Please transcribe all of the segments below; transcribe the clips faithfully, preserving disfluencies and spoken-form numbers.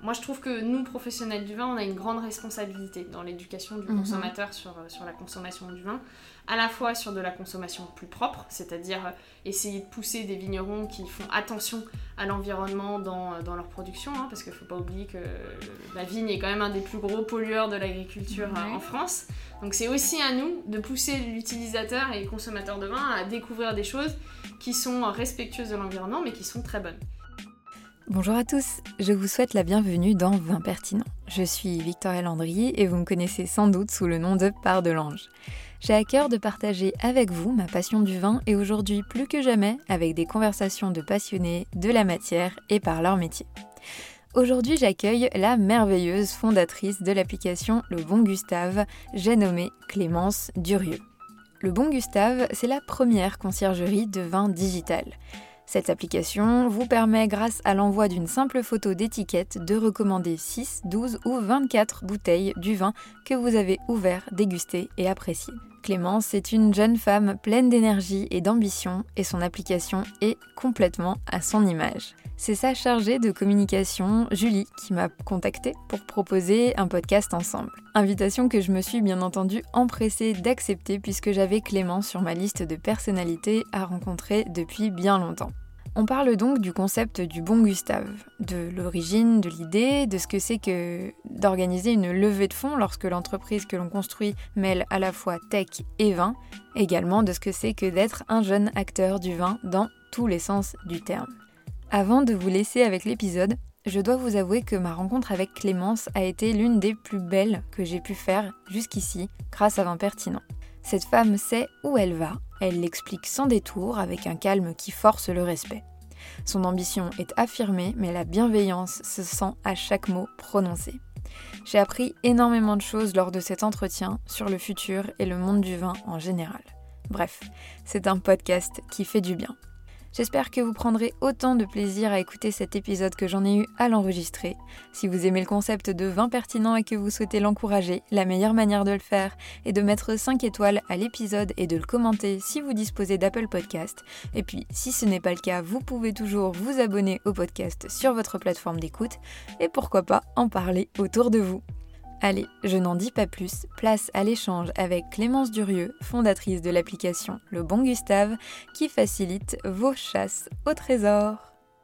moi je trouve que nous, professionnels du vin, on a une grande responsabilité dans l'éducation du Mmh. consommateur sur, sur la consommation du vin, à la fois sur de la consommation plus propre, c'est-à-dire essayer de pousser des vignerons qui font attention à l'environnement dans, dans leur production, hein, parce qu'il ne faut pas oublier que la vigne est quand même un des plus gros pollueurs de l'agriculture Ouais. euh, en France. Donc c'est aussi à nous de pousser l'utilisateur et les consommateurs de vin à découvrir des choses qui sont respectueuses de l'environnement, mais qui sont très bonnes. Bonjour à tous, je vous souhaite la bienvenue dans Vin Pertinent. Je suis Victoria Landry et vous me connaissez sans doute sous le nom de Part de l'Ange. J'ai à cœur de partager avec vous ma passion du vin et aujourd'hui plus que jamais avec des conversations de passionnés de la matière et par leur métier. Aujourd'hui j'accueille la merveilleuse fondatrice de l'application Le Bon Gustave, j'ai nommé Clémence Durieux. Le Bon Gustave, c'est la première conciergerie de vin digital. Cette application vous permet, grâce à l'envoi d'une simple photo d'étiquette, de recommander six, douze ou vingt-quatre bouteilles du vin que vous avez ouvert, dégusté et apprécié. Clémence est une jeune femme pleine d'énergie et d'ambition et son application est complètement à son image. C'est sa chargée de communication, Julie, qui m'a contactée pour proposer un podcast ensemble. Invitation que je me suis bien entendu empressée d'accepter puisque j'avais Clémence sur ma liste de personnalités à rencontrer depuis bien longtemps. On parle donc du concept du Bon Gustave, de l'origine, de l'idée, de ce que c'est que d'organiser une levée de fonds lorsque l'entreprise que l'on construit mêle à la fois tech et vin, également de ce que c'est que d'être un jeune acteur du vin dans tous les sens du terme. Avant de vous laisser avec l'épisode, je dois vous avouer que ma rencontre avec Clémence a été l'une des plus belles que j'ai pu faire jusqu'ici grâce à Vin Pertinent. Cette femme sait où elle va, elle l'explique sans détour avec un calme qui force le respect. Son ambition est affirmée, mais la bienveillance se sent à chaque mot prononcé. J'ai appris énormément de choses lors de cet entretien sur le futur et le monde du vin en général. Bref, c'est un podcast qui fait du bien. J'espère que vous prendrez autant de plaisir à écouter cet épisode que j'en ai eu à l'enregistrer. Si vous aimez le concept de Vin Pertinent et que vous souhaitez l'encourager, la meilleure manière de le faire est de mettre cinq étoiles à l'épisode et de le commenter si vous disposez d'Apple Podcast. Et puis, si ce n'est pas le cas, vous pouvez toujours vous abonner au podcast sur votre plateforme d'écoute et pourquoi pas en parler autour de vous. Allez, je n'en dis pas plus, place à l'échange avec Clémence Durieux, fondatrice de l'application Le Bon Gustave, qui facilite vos chasses au trésor.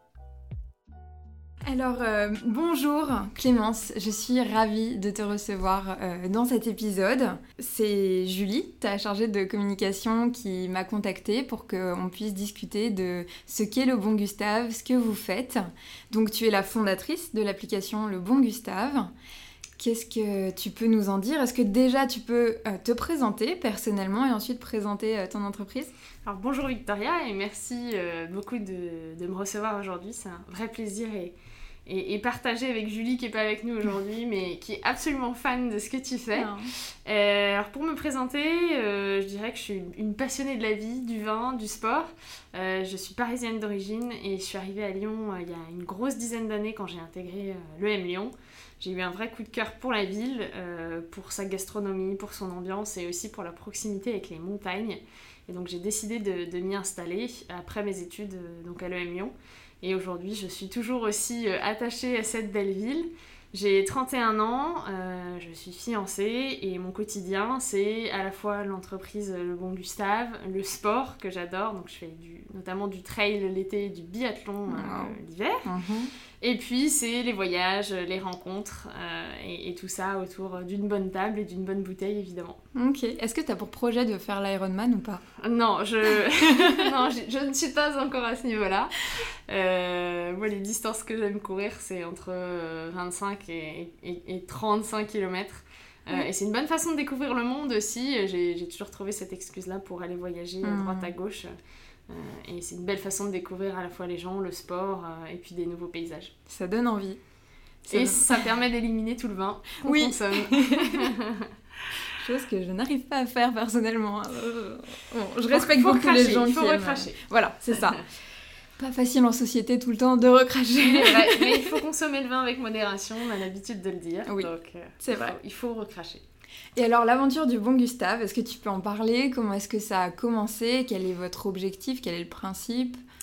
Alors, euh, bonjour Clémence, je suis ravie de te recevoir euh, dans cet épisode. C'est Julie, ta chargée de communication, qui m'a contactée pour qu'on puisse discuter de ce qu'est Le Bon Gustave, ce que vous faites. Donc, tu es la fondatrice de l'application Le Bon Gustave. Qu'est-ce que tu peux nous en dire ? Est-ce que déjà tu peux euh, te présenter personnellement et ensuite présenter euh, ton entreprise ? Alors bonjour Victoria et merci euh, beaucoup de, de me recevoir aujourd'hui, c'est un vrai plaisir et, et, et partager avec Julie qui n'est pas avec nous aujourd'hui mais qui est absolument fan de ce que tu fais. Euh, alors pour me présenter, euh, je dirais que je suis une passionnée de la vie, du vin, du sport. Euh, je suis parisienne d'origine et je suis arrivée à Lyon euh, il y a une grosse dizaine d'années quand j'ai intégré euh, l'E M Lyon. J'ai eu un vrai coup de cœur pour la ville, euh, pour sa gastronomie, pour son ambiance et aussi pour la proximité avec les montagnes. Et donc j'ai décidé de, de m'y installer après mes études euh, donc à l'E M Lyon. Et aujourd'hui, je suis toujours aussi euh, attachée à cette belle ville. J'ai trente et un ans, euh, je suis fiancée et mon quotidien, c'est à la fois l'entreprise Le Bon Gustave, le sport que j'adore, donc je fais du, notamment du trail l'été et du biathlon wow. euh, l'hiver. Mm-hmm. Et puis, c'est les voyages, les rencontres euh, et, et tout ça autour d'une bonne table et d'une bonne bouteille, évidemment. Ok. Est-ce que tu as pour projet de faire l'Ironman ou pas ? Non, je... non je, je ne suis pas encore à ce niveau-là. Euh, moi, les distances que j'aime courir, c'est entre vingt-cinq et, et, et trente-cinq kilomètres. Euh, et c'est une bonne façon de découvrir le monde aussi. J'ai, j'ai toujours trouvé cette excuse-là pour aller voyager à droite à gauche. Euh, et c'est une belle façon de découvrir à la fois les gens, le sport euh, et puis des nouveaux paysages. Ça donne envie. Ça et donne... ça permet d'éliminer tout le vin qu'on oui. consomme. Chose que je n'arrive pas à faire personnellement. Euh, bon, je faut, respecte faut beaucoup recracher, les gens il faut qui recracher. Aiment. Voilà, c'est ça. Pas facile en société tout le temps de recracher. Mais, ouais, mais il faut consommer le vin avec modération, on a l'habitude de le dire. Oui, donc, euh, c'est il vrai. Faut, il faut recracher. Et alors, l'aventure du Bon Gustave, est-ce que tu peux en parler ? Comment est-ce que ça a commencé ? Quel est votre objectif ? Quel est le principe ?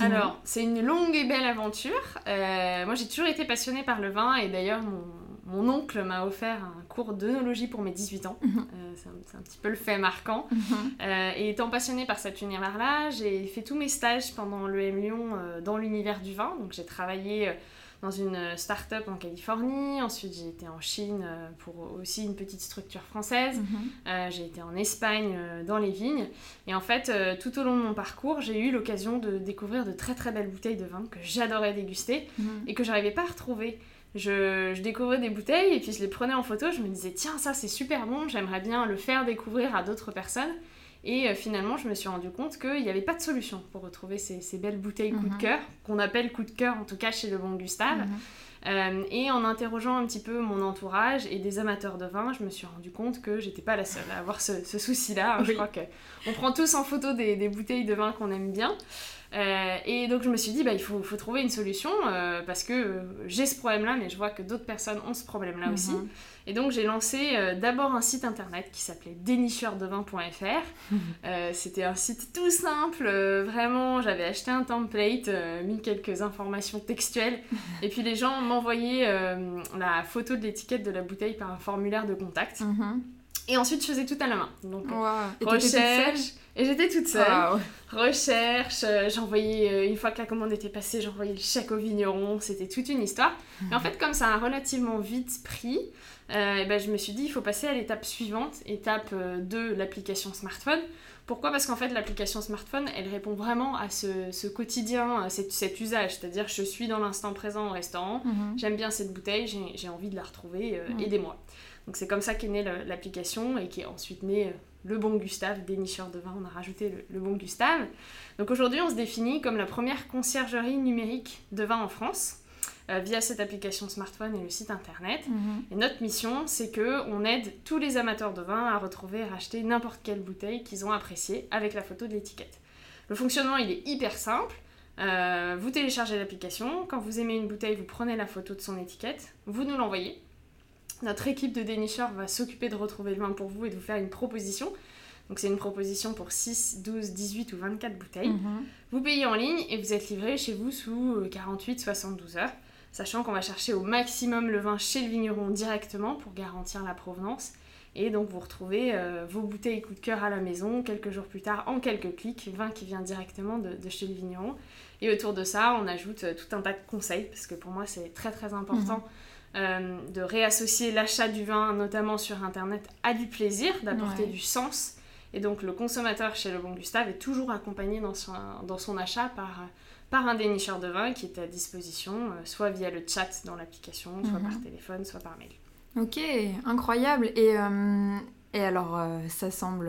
Dis-nous. Alors, c'est une longue et belle aventure. Euh, moi, j'ai toujours été passionnée par le vin et d'ailleurs, mon, mon oncle m'a offert un cours d'œnologie pour mes dix-huit ans. Mm-hmm. Euh, c'est, un, c'est un petit peu le fait marquant. Mm-hmm. Euh, et étant passionnée par cet univers-là, j'ai fait tous mes stages pendant l'E M Lyon euh, dans l'univers du vin. Donc, j'ai travaillé... Euh, dans une start-up en Californie, ensuite j'ai été en Chine pour aussi une petite structure française, mmh. euh, j'ai été en Espagne dans les vignes, et en fait euh, tout au long de mon parcours j'ai eu l'occasion de découvrir de très très belles bouteilles de vin que j'adorais déguster mmh. et que j'arrivais pas à retrouver. Je, je découvrais des bouteilles et puis je les prenais en photo, je me disais tiens ça c'est super bon, j'aimerais bien le faire découvrir à d'autres personnes. Et euh, finalement, je me suis rendu compte qu'il n'y avait pas de solution pour retrouver ces, ces belles bouteilles coup de cœur, qu'on appelle coup de cœur en tout cas chez Le Bon Gustave. Mmh. Euh, et en interrogeant un petit peu mon entourage et des amateurs de vin, je me suis rendu compte que j'étais pas la seule à avoir ce, ce souci-là. Oui. Je crois qu'on prend tous en photo des, des bouteilles de vin qu'on aime bien. Euh, et donc je me suis dit bah, il faut, faut trouver une solution euh, parce que euh, j'ai ce problème là mais je vois que d'autres personnes ont ce problème là mmh. aussi, et donc j'ai lancé euh, d'abord un site internet qui s'appelait dénicheur de vin point f r. mmh. euh, c'était un site tout simple, euh, vraiment j'avais acheté un template, euh, mis quelques informations textuelles et puis les gens m'envoyaient euh, la photo de l'étiquette de la bouteille par un formulaire de contact. mmh. Et ensuite, je faisais tout à la main. Donc, wow. Et recherche. Et j'étais toute seule. Wow. Recherche. Euh, j'envoyais, euh, une fois que la commande était passée, j'envoyais le chèque au vigneron. C'était toute une histoire. Mmh. Et en fait, comme ça a relativement vite pris, euh, et ben, je me suis dit, il faut passer à l'étape suivante, étape euh, de l'application smartphone. Pourquoi ? Parce qu'en fait, l'application smartphone, elle répond vraiment à ce, ce quotidien, à cet, cet usage. C'est-à-dire, je suis dans l'instant présent au restaurant, mmh. j'aime bien cette bouteille, j'ai, j'ai envie de la retrouver, euh, mmh. aidez-moi. Donc c'est comme ça qu'est née l'application et qui est ensuite née Le Bon Gustave, dénicheur de vin, on a rajouté le, le Bon Gustave. Donc aujourd'hui on se définit comme la première conciergerie numérique de vin en France euh, via cette application smartphone et le site internet. Mmh. Et notre mission c'est qu'on aide tous les amateurs de vin à retrouver et racheter n'importe quelle bouteille qu'ils ont appréciée avec la photo de l'étiquette. Le fonctionnement il est hyper simple. Euh, vous téléchargez l'application, quand vous aimez une bouteille vous prenez la photo de son étiquette, vous nous l'envoyez. Notre équipe de dénicheurs va s'occuper de retrouver le vin pour vous et de vous faire une proposition. Donc c'est une proposition pour six, douze, dix-huit ou vingt-quatre bouteilles. Mmh. Vous payez en ligne et vous êtes livré chez vous sous quarante-huit à soixante-douze heures. Sachant qu'on va chercher au maximum le vin chez le vigneron directement pour garantir la provenance. Et donc vous retrouvez euh, vos bouteilles coup de cœur à la maison quelques jours plus tard en quelques clics. Vin qui vient directement de, de chez le vigneron. Et autour de ça, on ajoute euh, tout un tas de conseils parce que pour moi c'est très très important. Mmh. Euh, de réassocier l'achat du vin, notamment sur internet, à du plaisir, d'apporter ouais. du sens. Et donc le consommateur chez Le Bon Gustave est toujours accompagné dans son, dans son achat par, par un dénicheur de vin qui est à disposition, euh, soit via le chat dans l'application, soit mm-hmm. par téléphone, soit par mail. Ok, incroyable. Et, euh, et alors, euh, ça semble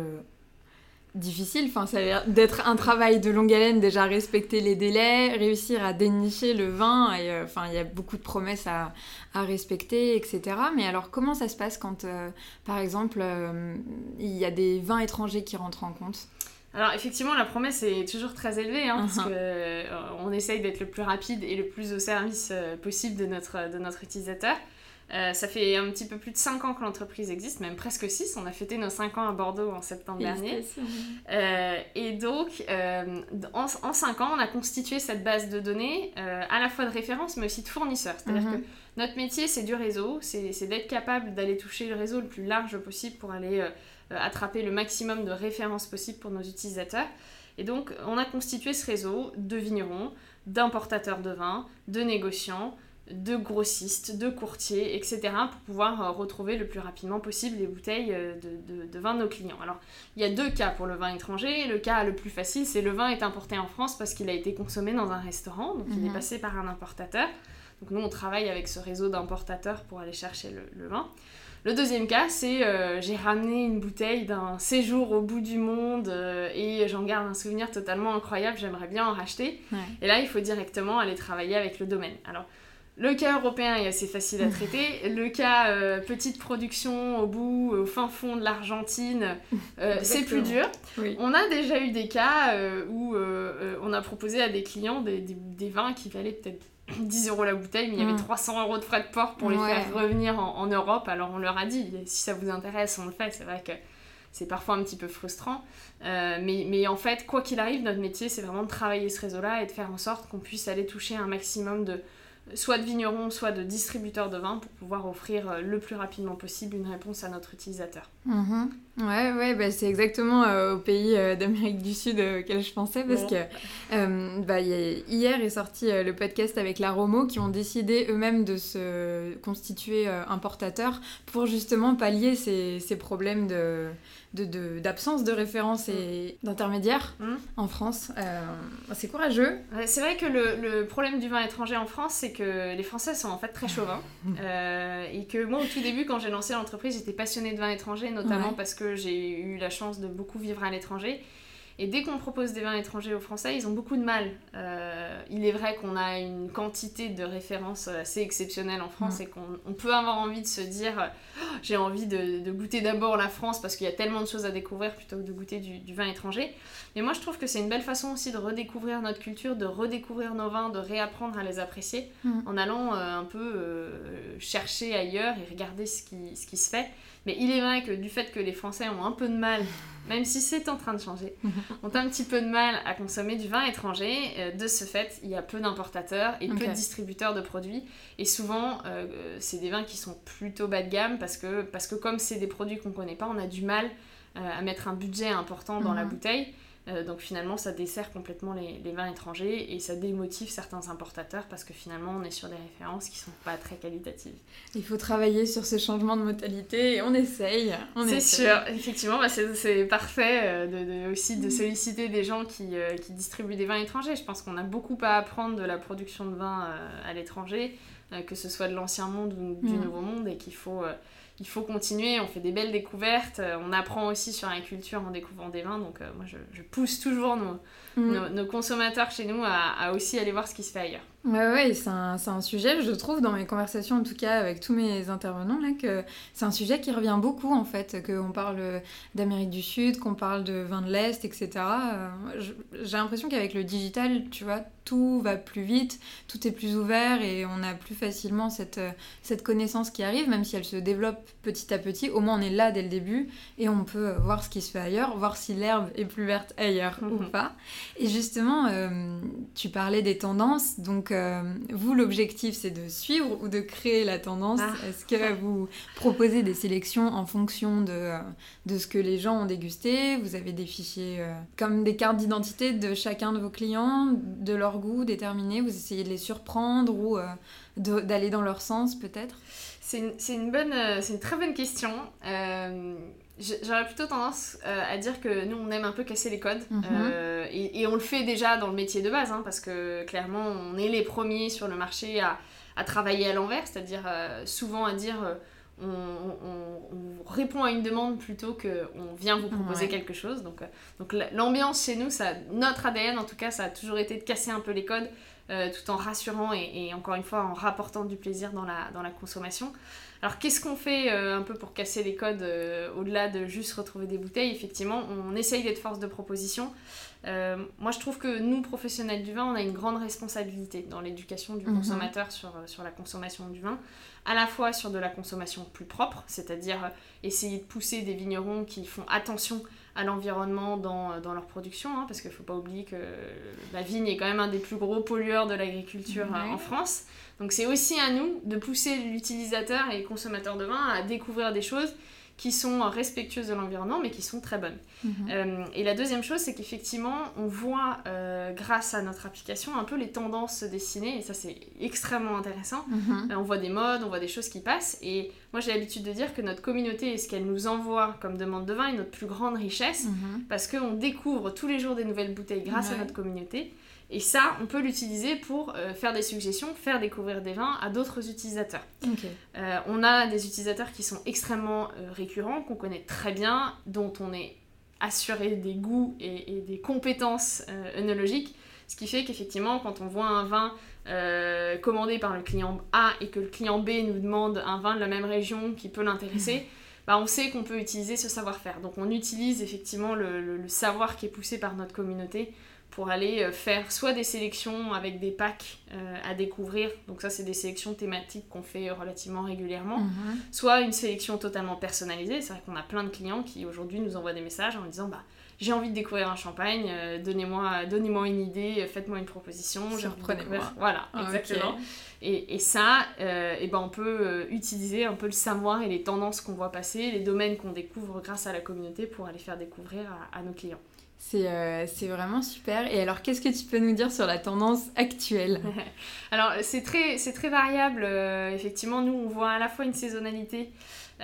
difficile, enfin, ça a l'air d'être un travail de longue haleine, déjà respecter les délais, réussir à dénicher le vin, et euh, enfin, il y a beaucoup de promesses à, à respecter, et cetera. Mais alors, comment ça se passe quand, euh, par exemple, euh, il y a des vins étrangers qui rentrent en compte ? Alors effectivement la promesse est toujours très élevée hein, uh-huh. parce qu'on euh, essaye d'être le plus rapide et le plus au service euh, possible de notre, de notre utilisateur. Euh, ça fait un petit peu plus de cinq ans que l'entreprise existe, même presque six. On a fêté nos cinq ans à Bordeaux en septembre dernier. Euh, et donc, euh, en, en cinq ans, on a constitué cette base de données euh, à la fois de référence, mais aussi de fournisseurs. C'est-à-dire mm-hmm. que notre métier, c'est du réseau. C'est, c'est d'être capable d'aller toucher le réseau le plus large possible pour aller euh, attraper le maximum de références possibles pour nos utilisateurs. Et donc, on a constitué ce réseau de vignerons, d'importateurs de vin, de négociants, de grossistes, de courtiers, et cetera pour pouvoir euh, retrouver le plus rapidement possible les bouteilles euh, de, de, de vin de nos clients. Alors, il y a deux cas pour le vin étranger. Le cas le plus facile, c'est le vin est importé en France parce qu'il a été consommé dans un restaurant, donc mmh. il est passé par un importateur. Donc nous, on travaille avec ce réseau d'importateurs pour aller chercher le, le vin. Le deuxième cas, c'est euh, j'ai ramené une bouteille d'un séjour au bout du monde euh, et j'en garde un souvenir totalement incroyable, j'aimerais bien en racheter. Ouais. Et là, il faut directement aller travailler avec le domaine. Alors, le cas européen est assez facile à traiter. Le cas euh, petite production au bout, au fin fond de l'Argentine, euh, c'est plus dur. Oui. On a déjà eu des cas euh, où euh, on a proposé à des clients des, des, des vins qui valaient peut-être dix euros la bouteille, mais il y avait mmh. trois cents euros de frais de port pour les ouais. faire revenir en, en Europe. Alors on leur a dit, si ça vous intéresse, on le fait. C'est vrai que c'est parfois un petit peu frustrant. Euh, mais, mais en fait, quoi qu'il arrive, notre métier, c'est vraiment de travailler ce réseau-là et de faire en sorte qu'on puisse aller toucher un maximum de soit de vignerons, soit de distributeurs de vin pour pouvoir offrir le plus rapidement possible une réponse à notre utilisateur. Mmh. Ouais, ouais, bah c'est exactement euh, au pays euh, d'Amérique du Sud euh, auquel je pensais parce bon. que euh, bah, y a, hier est sorti euh, le podcast avec la Romo qui ont décidé eux-mêmes de se constituer euh, importateurs pour justement pallier ces, ces problèmes de, de, de, d'absence de référence et mmh. d'intermédiaires mmh. en France. Euh, c'est courageux. Ouais, c'est vrai que le, le problème du vin étranger en France, c'est que les Français sont en fait très chauvins euh, et que moi au tout début quand j'ai lancé l'entreprise, j'étais passionnée de vin étranger, notamment ouais. parce que j'ai eu la chance de beaucoup vivre à l'étranger. Et dès qu'on propose des vins étrangers aux Français, ils ont beaucoup de mal. Euh, il est vrai qu'on a une quantité de références assez exceptionnelle en France mmh. et qu'on on peut avoir envie de se dire oh, j'ai envie de, de goûter d'abord la France parce qu'il y a tellement de choses à découvrir plutôt que de goûter du, du vin étranger. Mais moi, je trouve que c'est une belle façon aussi de redécouvrir notre culture, de redécouvrir nos vins, de réapprendre à les apprécier mmh. en allant euh, un peu euh, chercher ailleurs et regarder ce qui, ce qui se fait. Mais il est vrai que du fait que les Français ont un peu de mal, même si c'est en train de changer, ont un petit peu de mal à consommer du vin étranger, euh, de ce fait, il y a peu d'importateurs et okay. peu de distributeurs de produits. Et souvent, euh, c'est des vins qui sont plutôt bas de gamme parce que, parce que comme c'est des produits qu'on ne connaît pas, on a du mal euh, à mettre un budget important dans mmh. la bouteille. Euh, donc finalement ça dessert complètement les, les vins étrangers et ça démotive certains importateurs parce que finalement on est sur des références qui sont pas très qualitatives. Il faut travailler sur ce changement de mentalité et on essaye. On c'est essaye. sûr, effectivement bah c'est, c'est parfait euh, de, de, aussi de solliciter des gens qui, euh, qui distribuent des vins étrangers. Je pense qu'on a beaucoup à apprendre de la production de vin euh, à l'étranger, euh, que ce soit de l'ancien monde ou du mmh. nouveau monde et qu'il faut... Euh, Il faut continuer, on fait des belles découvertes, on apprend aussi sur la culture en découvrant des vins, donc euh, moi je, je pousse toujours nos, mmh. nos, nos consommateurs chez nous à, à aussi aller voir ce qui se fait ailleurs. Ouais, ouais, c'est un, c'est un sujet, je trouve, dans mes conversations, en tout cas avec tous mes intervenants, là, que c'est un sujet qui revient beaucoup, en fait, qu'on parle d'Amérique du Sud, qu'on parle de vin de l'Est, et cetera. Euh, je, j'ai l'impression qu'avec le digital, tu vois, tout va plus vite, tout est plus ouvert et on a plus facilement cette, cette connaissance qui arrive, même si elle se développe petit à petit. Au moins, on est là dès le début et on peut voir ce qui se fait ailleurs, voir si l'herbe est plus verte ailleurs mmh. ou pas. Et justement, euh, tu parlais des tendances, donc Euh, vous, l'objectif, c'est de suivre ou de créer la tendance. Ah. Est-ce que vous proposez des sélections en fonction de, de ce que les gens ont dégusté? Vous avez des fichiers euh, comme des cartes d'identité de chacun de vos clients, de leur goût déterminé? Vous essayez de les surprendre ou euh, de, d'aller dans leur sens, peut-être? C'est une, c'est une, bonne, c'est une très bonne question. Euh... J'aurais plutôt tendance euh, à dire que nous on aime un peu casser les codes mmh. euh, et, et on le fait déjà dans le métier de base hein, parce que clairement on est les premiers sur le marché à, à travailler à l'envers, c'est-à-dire euh, souvent à dire euh, on, on, on répond à une demande plutôt qu'on vient vous proposer ouais. quelque chose. Donc, euh, donc l'ambiance chez nous, ça, notre A D N en tout cas, ça a toujours été de casser un peu les codes euh, tout en rassurant et, et encore une fois en rapportant du plaisir dans la, dans la consommation. Alors qu'est-ce qu'on fait euh, un peu pour casser les codes euh, au-delà de juste retrouver des bouteilles? Effectivement, on essaye d'être force de proposition. Euh, moi, je trouve que nous, professionnels du vin, on a une grande responsabilité dans l'éducation du mmh. consommateur sur, sur la consommation du vin, à la fois sur de la consommation plus propre, c'est-à-dire essayer de pousser des vignerons qui font attention à l'environnement dans, dans leur production, hein, parce qu'il ne faut pas oublier que la vigne est quand même un des plus gros pollueurs de l'agriculture mmh. en France. Donc c'est aussi à nous de pousser l'utilisateur et les consommateurs de vin à découvrir des choses qui sont respectueuses de l'environnement mais qui sont très bonnes. Mmh. Euh, et la deuxième chose, c'est qu'effectivement, on voit euh, grâce à notre application un peu les tendances se dessiner et ça c'est extrêmement intéressant. Mmh. Euh, on voit des modes, on voit des choses qui passent et moi j'ai l'habitude de dire que notre communauté et ce qu'elle nous envoie comme demande de vin est notre plus grande richesse mmh. parce qu'on découvre tous les jours des nouvelles bouteilles grâce ouais. à notre communauté. Et ça, on peut l'utiliser pour euh, faire des suggestions, faire découvrir des vins à d'autres utilisateurs. Okay. Euh, on a des utilisateurs qui sont extrêmement euh, récurrents, qu'on connaît très bien, dont on est assuré des goûts et, et des compétences euh, œnologiques. Ce qui fait qu'effectivement, quand on voit un vin euh, commandé par le client A et que le client B nous demande un vin de la même région qui peut l'intéresser, mmh. bah, on sait qu'on peut utiliser ce savoir-faire. Donc on utilise effectivement le, le, le savoir qui est poussé par notre communauté pour aller faire soit des sélections avec des packs euh, à découvrir, donc ça c'est des sélections thématiques qu'on fait relativement régulièrement, mmh. soit une sélection totalement personnalisée. C'est vrai qu'on a plein de clients qui aujourd'hui nous envoient des messages en disant bah, j'ai envie de découvrir un champagne, euh, donnez-moi, donnez-moi une idée, faites-moi une proposition. Surprenez-moi. Voilà, ah, exactement. Okay. Et, et ça, euh, et ben on peut euh, utiliser un peu le savoir et les tendances qu'on voit passer, les domaines qu'on découvre grâce à la communauté pour aller faire découvrir à, à nos clients. C'est, euh, c'est vraiment super. Et alors, qu'est-ce que tu peux nous dire sur la tendance actuelle ? Alors, c'est très, c'est très variable. Euh, effectivement, nous, on voit à la fois une saisonnalité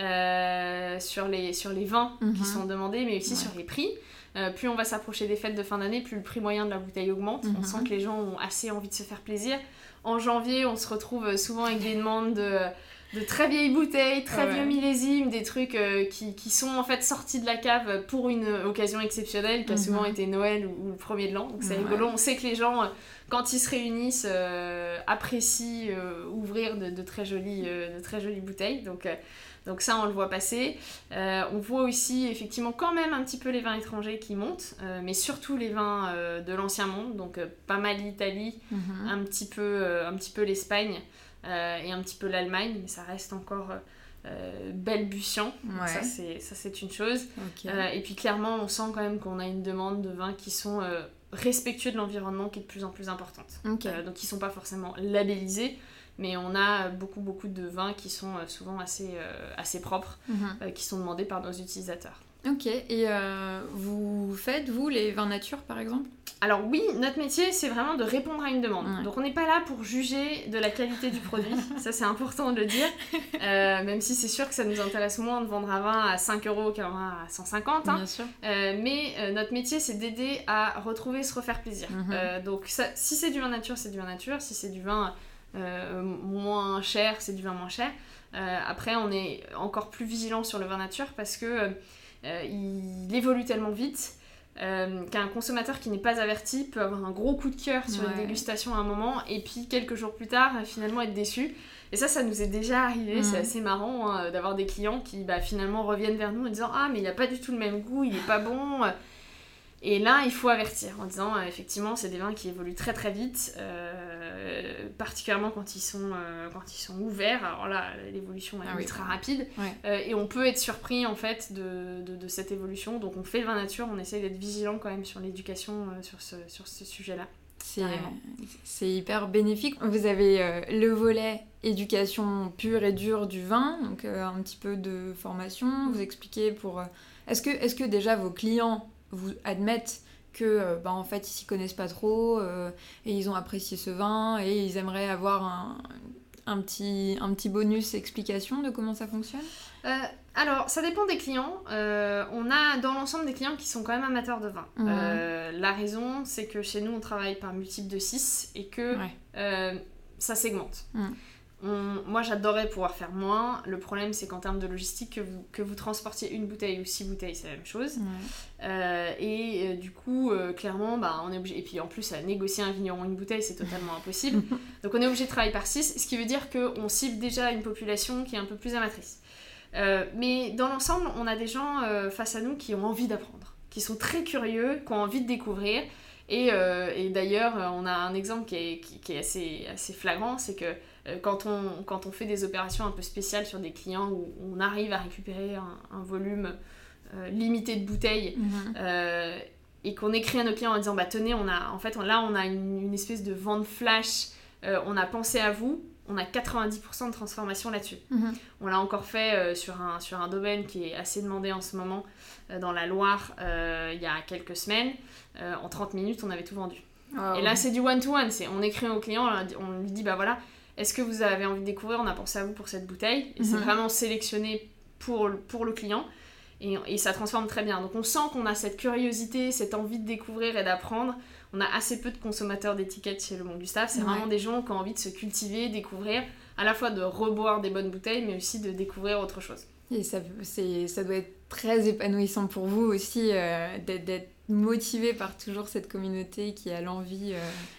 euh, sur, les, sur les vins mm-hmm. qui sont demandés, mais aussi ouais. sur les prix. Euh, plus on va s'approcher des fêtes de fin d'année, plus le prix moyen de la bouteille augmente. Mm-hmm. On sent que les gens ont assez envie de se faire plaisir. En janvier, on se retrouve souvent avec des demandes de... de très vieilles bouteilles, très ouais. vieux millésimes, des trucs euh, qui, qui sont en fait sortis de la cave pour une occasion exceptionnelle qui a mm-hmm. souvent été Noël ou, ou le premier de l'an. Donc c'est ouais. rigolo. On sait que les gens, quand ils se réunissent, euh, apprécient euh, ouvrir de, de, très jolies, euh, de très jolies bouteilles. Donc, euh, donc ça, on le voit passer. Euh, on voit aussi effectivement quand même un petit peu les vins étrangers qui montent, euh, mais surtout les vins euh, de l'ancien monde. Donc euh, pas mal l'Italie, mm-hmm. un petit peu, euh, un petit peu l'Espagne. Euh, et un petit peu l'Allemagne, mais ça reste encore euh, balbutiant. Ouais. Ça, c'est, ça, c'est une chose. Okay. Euh, et puis, clairement, on sent quand même qu'on a une demande de vins qui sont euh, respectueux de l'environnement qui est de plus en plus importante. Okay. Euh, donc, qui ne sont pas forcément labellisés, mais on a beaucoup, beaucoup de vins qui sont euh, souvent assez, euh, assez propres, mm-hmm. euh, qui sont demandés par nos utilisateurs. Ok, et euh, vous faites, vous, les vins nature, par exemple ? Alors oui, notre métier, c'est vraiment de répondre à une demande. Ouais. Donc on n'est pas là pour juger de la qualité du produit, ça c'est important de le dire, euh, même si c'est sûr que ça nous intéresse moins de vendre un vin à cinq euros qu'un vin à cent cinquante. Hein. Bien sûr. Euh, mais euh, notre métier, c'est d'aider à retrouver, se refaire plaisir. Mm-hmm. Euh, donc ça, si c'est du vin nature, c'est du vin nature. Si c'est du vin euh, moins cher, c'est du vin moins cher. Euh, après, on est encore plus vigilant sur le vin nature parce que euh, il évolue tellement vite. Euh, qu'un consommateur qui n'est pas averti peut avoir un gros coup de cœur sur ouais. une dégustation à un moment et puis quelques jours plus tard finalement être déçu. Et ça, ça nous est déjà arrivé, mmh. c'est assez marrant hein, d'avoir des clients qui bah, finalement reviennent vers nous en disant « Ah mais il n'a pas du tout le même goût, il n'est pas bon ». Et là, il faut avertir en disant euh, effectivement, c'est des vins qui évoluent très très vite, euh, particulièrement quand ils sont euh, quand ils sont ouverts. Alors là, l'évolution est ah, ultra oui. rapide, ouais. euh, et on peut être surpris en fait de, de, de cette évolution. Donc on fait le vin nature, on essaye d'être vigilant quand même sur l'éducation euh, sur ce sur ce sujet-là. C'est, c'est hyper bénéfique. Vous avez euh, le volet éducation pure et dure du vin, donc euh, un petit peu de formation. Vous expliquez pour. Euh, est-ce que est-ce que déjà vos clients vous admettent que euh, bah, en fait ils s'y connaissent pas trop euh, et ils ont apprécié ce vin et ils aimeraient avoir un, un, petit, un petit bonus explication de comment ça fonctionne ? euh, Alors ça dépend des clients. Euh, on a dans l'ensemble des clients qui sont quand même amateurs de vin. Mmh. Euh, la raison c'est que chez nous on travaille par multiple de six et que ouais. euh, ça segmente. Mmh. On, moi j'adorerais pouvoir faire moins. Le problème c'est qu'en termes de logistique, que vous, que vous transportiez une bouteille ou six bouteilles, c'est la même chose. Ouais. Euh, et euh, du coup, euh, clairement, bah, on est obligé. Et puis en plus, à négocier un vigneron une bouteille, c'est totalement impossible. Donc on est obligé de travailler par six, ce qui veut dire qu'on cible déjà une population qui est un peu plus amatrice. Euh, mais dans l'ensemble, on a des gens euh, face à nous qui ont envie d'apprendre, qui sont très curieux, qui ont envie de découvrir. Et, euh, et d'ailleurs, on a un exemple qui est, qui, qui est assez, assez flagrant, c'est que euh, quand, on, quand on fait des opérations un peu spéciales sur des clients où on arrive à récupérer un, un volume euh, limité de bouteilles, mmh. euh, et qu'on écrit à nos clients en disant bah tenez, on a, en fait, on, là on a une, une espèce de vente flash, euh, on a pensé à vous, on a quatre-vingt-dix pour cent de transformation là-dessus. Mmh. On l'a encore fait euh, sur, un, sur un domaine qui est assez demandé en ce moment, euh, dans la Loire, euh, il y a quelques semaines. Euh, en trente minutes, on avait tout vendu. Oh, et là, oui. c'est du one-to-one. C'est, on écrit au client, on lui dit, bah voilà, est-ce que vous avez envie de découvrir ? On a pensé à vous pour cette bouteille. Et mmh. c'est vraiment sélectionné pour, pour le client. Et, et ça transforme très bien. Donc on sent qu'on a cette curiosité, cette envie de découvrir et d'apprendre. On a assez peu de consommateurs d'étiquettes chez Le Bon Gustave. C'est ouais. vraiment des gens qui ont envie de se cultiver, découvrir, à la fois de reboire des bonnes bouteilles, mais aussi de découvrir autre chose. Et ça, c'est, ça doit être très épanouissant pour vous aussi, euh, d'être, d'être motivé par toujours cette communauté qui a l'envie... Euh...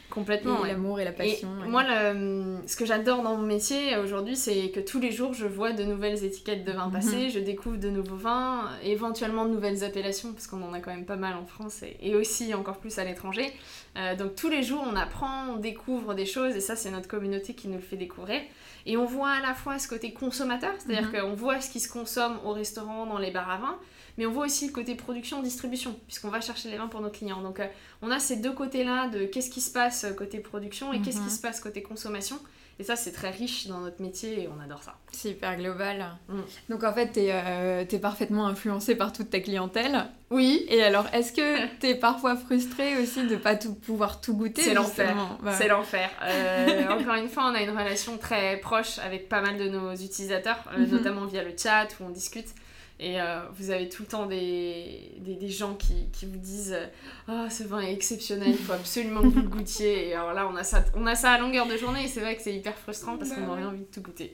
Complètement. Et ouais. l'amour et la passion. Et ouais. moi, le, ce que j'adore dans mon métier aujourd'hui, c'est que tous les jours, je vois de nouvelles étiquettes de vins passer, mm-hmm. je découvre de nouveaux vins, éventuellement de nouvelles appellations, parce qu'on en a quand même pas mal en France et, et aussi encore plus à l'étranger. Euh, donc tous les jours, on apprend, on découvre des choses, et ça, c'est notre communauté qui nous le fait découvrir. Et on voit à la fois ce côté consommateur, c'est-à-dire mm-hmm. qu'on voit ce qui se consomme au restaurant, dans les bars à vin, mais on voit aussi le côté production-distribution, puisqu'on va chercher les vins pour nos clients. Donc euh, on a ces deux côtés-là de qu'est-ce qui se passe côté production et mm-hmm. qu'est-ce qui se passe côté consommation. Et ça, c'est très riche dans notre métier et on adore ça. C'est hyper global. Mm. Donc en fait, t'es, euh, t'es parfaitement influencée par toute ta clientèle. Oui. Et alors, est-ce que t'es parfois frustrée aussi de ne pas tout, pouvoir tout goûter? C'est l'enfer. Bah... C'est l'enfer. Euh, encore une fois, on a une relation très proche avec pas mal de nos utilisateurs, euh, mm-hmm. notamment via le chat où on discute. Et euh, vous avez tout le temps des, des, des gens qui, qui vous disent « Oh, ce vin est exceptionnel, il faut absolument que vous le goûtiez. » Et alors là, on a, ça, on a ça à longueur de journée et c'est vrai que c'est hyper frustrant parce qu'on aurait envie de tout goûter.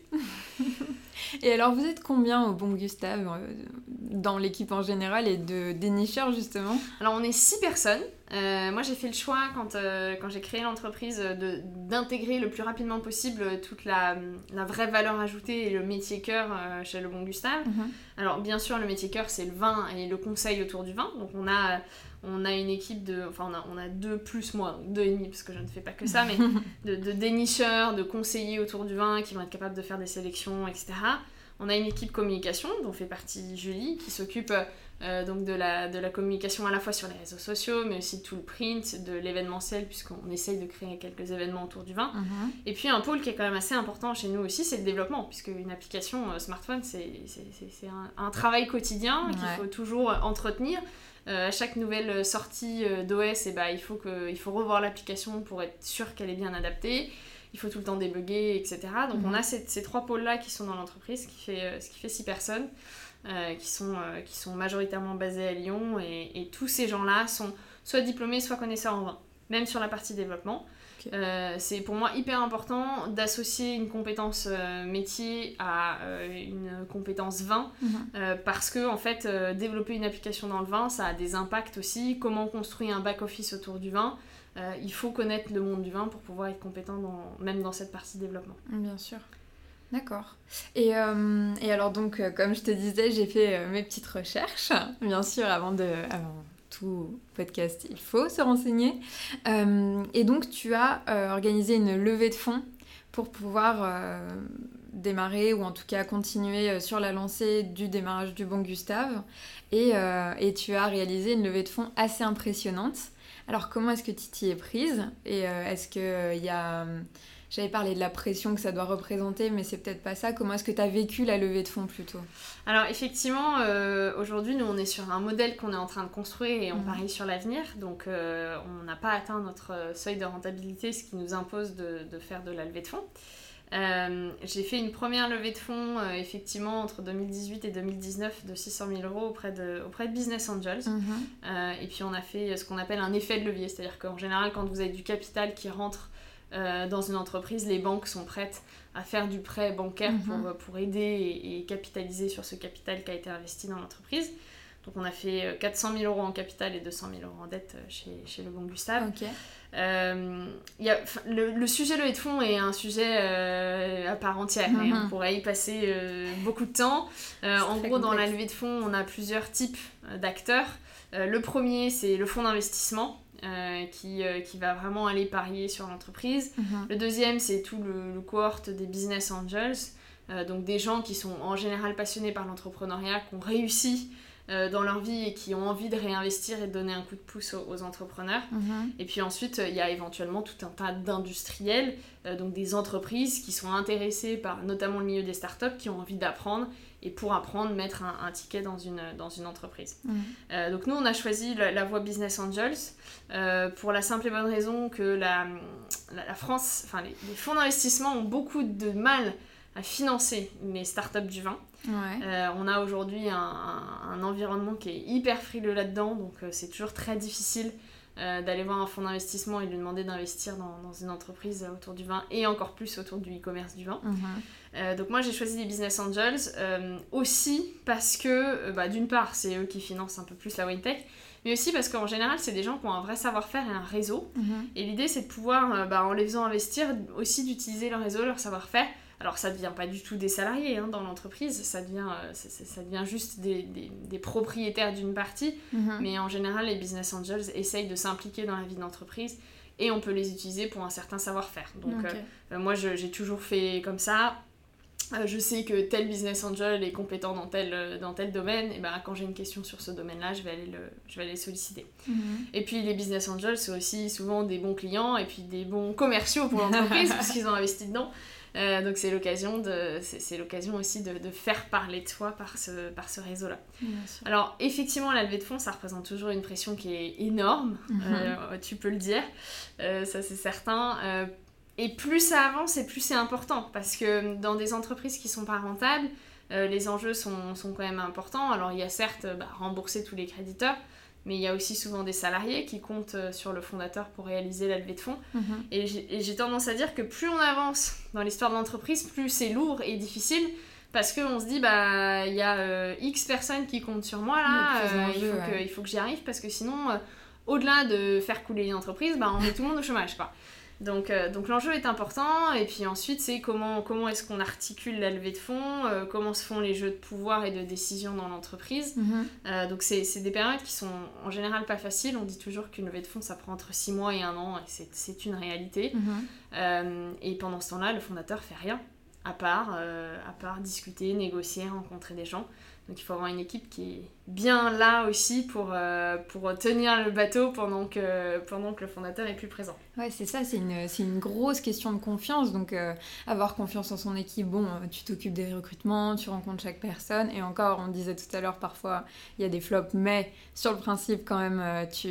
Et alors, vous êtes combien au Bon Gustave, euh, dans l'équipe en général et de dénicheurs justement? Alors, on est six personnes. Euh, moi, j'ai fait le choix, quand, euh, quand j'ai créé l'entreprise, de, d'intégrer le plus rapidement possible toute la, la vraie valeur ajoutée et le métier cœur euh, chez le Bon Gustave. Mm-hmm. Alors, bien sûr, le métier cœur, c'est le vin et le conseil autour du vin. Donc, on a, on a une équipe de... Enfin, on a, on a deux plus moi, donc deux et demi, parce que je ne fais pas que ça, mais de, de dénicheurs, de conseillers autour du vin qui vont être capables de faire des sélections, et cetera. On a une équipe communication, dont fait partie Julie, qui s'occupe... Euh, donc de la, de la communication à la fois sur les réseaux sociaux, mais aussi de tout le print, de l'événementiel, puisqu'on essaye de créer quelques événements autour du vin. Mm-hmm. Et puis un pôle qui est quand même assez important chez nous aussi, c'est le développement, puisque une application euh, smartphone, c'est, c'est, c'est, c'est un, un travail quotidien ouais. qu'il faut toujours entretenir. Euh, à chaque nouvelle sortie euh, d'O S, eh ben, il, faut que, il faut revoir l'application pour être sûr qu'elle est bien adaptée. Il faut tout le temps débugger, et cetera. Donc mm-hmm. on a ces, ces trois pôles-là qui sont dans l'entreprise, ce qui fait, euh, ce qui fait six personnes. Euh, qui, sont, euh, qui sont majoritairement basés à Lyon et, et tous ces gens-là sont soit diplômés, soit connaisseurs en vin, même sur la partie développement. Okay. Euh, c'est pour moi hyper important d'associer une compétence euh, métier à euh, une compétence vin mm-hmm. euh, parce que en fait, euh, développer une application dans le vin, ça a des impacts aussi. Comment construire un back-office autour du vin, euh, il faut connaître le monde du vin pour pouvoir être compétent dans, même dans cette partie développement. Bien sûr. D'accord. Et, euh, et alors donc, euh, comme je te disais, j'ai fait euh, mes petites recherches. Bien sûr, avant, de, avant tout podcast, il faut se renseigner. Euh, et donc, tu as euh, organisé une levée de fonds pour pouvoir euh, démarrer, ou en tout cas continuer sur la lancée du démarrage du Bon Gustave. Et, euh, et tu as réalisé une levée de fonds assez impressionnante. Alors, comment est-ce que tu t'y es prise? Et euh, est-ce qu'il euh, y a... J'avais parlé de la pression que ça doit représenter, mais c'est peut-être pas ça. Comment est-ce que tu as vécu la levée de fonds plutôt? Alors effectivement, euh, aujourd'hui, nous, on est sur un modèle qu'on est en train de construire et on mmh. parie sur l'avenir. Donc euh, on n'a pas atteint notre seuil de rentabilité, ce qui nous impose de, de faire de la levée de fonds. Euh, j'ai fait une première levée de fonds, euh, effectivement, entre deux mille dix-huit et deux mille dix-neuf de six cent mille euros auprès de, auprès de Business Angels. Mmh. Euh, et puis on a fait ce qu'on appelle un effet de levier. C'est-à-dire qu'en général, quand vous avez du capital qui rentre Euh, dans une entreprise, les banques sont prêtes à faire du prêt bancaire mm-hmm. pour, pour aider et, et capitaliser sur ce capital qui a été investi dans l'entreprise. Donc on a fait quatre cent mille euros en capital et deux cent mille euros en dette chez, chez le Bon Gustave. Okay. Euh, y a, le, le sujet levée de fonds est un sujet euh, à part entière mm-hmm. et on pourrait y passer euh, beaucoup de temps. Euh, en gros, complexe. Dans la levée de fonds, on a plusieurs types d'acteurs. Euh, le premier, c'est le fonds d'investissement. Euh, qui, euh, qui va vraiment aller parier sur l'entreprise. Mm-hmm. Le deuxième, c'est tout le, le cohorte des business angels, euh, donc des gens qui sont en général passionnés par l'entrepreneuriat, qui ont réussi euh, dans leur vie et qui ont envie de réinvestir et de donner un coup de pouce aux, aux entrepreneurs. Mm-hmm. Et puis ensuite, il y a éventuellement tout un tas d'industriels, euh, donc des entreprises qui sont intéressées par notamment le milieu des startups, qui ont envie d'apprendre et pour apprendre, mettre un, un ticket dans une, dans une entreprise. Mmh. Euh, donc nous, on a choisi la, la voie Business Angels euh, pour la simple et bonne raison que la, la, la France, enfin les, les fonds d'investissement ont beaucoup de mal à financer les startups du vin. Ouais. Euh, on a aujourd'hui un, un, un environnement qui est hyper frileux là-dedans, donc euh, c'est toujours très difficile euh, d'aller voir un fonds d'investissement et lui demander d'investir dans, dans une entreprise autour du vin et encore plus autour du e-commerce du vin. Mmh. Euh, donc moi j'ai choisi les Business Angels euh, aussi parce que euh, bah, d'une part c'est eux qui financent un peu plus la wine tech, mais aussi parce qu'en général, c'est des gens qui ont un vrai savoir-faire et un réseau. Mmh. Et l'idée, c'est de pouvoir, euh, bah, en les faisant investir, aussi d'utiliser leur réseau, leur savoir-faire. Alors, ça ne devient pas du tout des salariés hein, dans l'entreprise, ça devient, euh, c'est, c'est, ça devient juste des, des, des propriétaires d'une partie. Mmh. Mais en général, les business angels essayent de s'impliquer dans la vie d'entreprise et on peut les utiliser pour un certain savoir-faire. Donc, okay. euh, moi, je, j'ai toujours fait comme ça. Euh, je sais que tel business angel est compétent dans tel, dans tel domaine, et ben quand j'ai une question sur ce domaine-là, je vais aller le, je vais aller le solliciter. Mmh. Et puis les business angels, c'est aussi souvent des bons clients et puis des bons commerciaux pour l'entreprise parce qu'ils ont investi dedans. Euh, donc c'est l'occasion, de, c'est, c'est l'occasion aussi de, de faire parler de toi par ce, par ce réseau-là. Alors effectivement, la levée de fonds, ça représente toujours une pression qui est énorme, mmh. euh, tu peux le dire, euh, ça c'est certain. Euh, Et plus ça avance et plus c'est important parce que dans des entreprises qui sont pas rentables, euh, les enjeux sont, sont quand même importants. Alors il y a certes bah, rembourser tous les créditeurs, mais il y a aussi souvent des salariés qui comptent sur le fondateur pour réaliser la levée de fonds. Mmh. Et, j'ai, et j'ai tendance à dire que plus on avance dans l'histoire de l'entreprise, plus c'est lourd et difficile parce qu'on se dit, bah, il y a euh, X personnes qui comptent sur moi là, euh, il, faut ouais. que, il faut que j'y arrive parce que sinon, euh, au-delà de faire couler une entreprise, bah, on met tout le monde au chômage, quoi. Donc, euh, donc l'enjeu est important, et puis ensuite c'est comment, comment est-ce qu'on articule la levée de fonds, euh, comment se font les jeux de pouvoir et de décision dans l'entreprise. Mmh. Euh, donc c'est, c'est des périodes qui sont en général pas faciles. On dit toujours qu'une levée de fonds ça prend entre six mois et un an, et c'est, c'est une réalité. Mmh. Euh, et pendant ce temps-là, le fondateur fait rien, à part, euh, à part discuter, négocier, rencontrer des gens. Donc il faut avoir une équipe qui est bien là aussi pour, euh, pour tenir le bateau pendant que, pendant que le fondateur est plus présent. Ouais, c'est ça, c'est une, c'est une grosse question de confiance. Donc euh, avoir confiance en son équipe, bon, tu t'occupes des recrutements, tu rencontres chaque personne. Et encore, on disait tout à l'heure, parfois il y a des flops, mais sur le principe quand même, tu...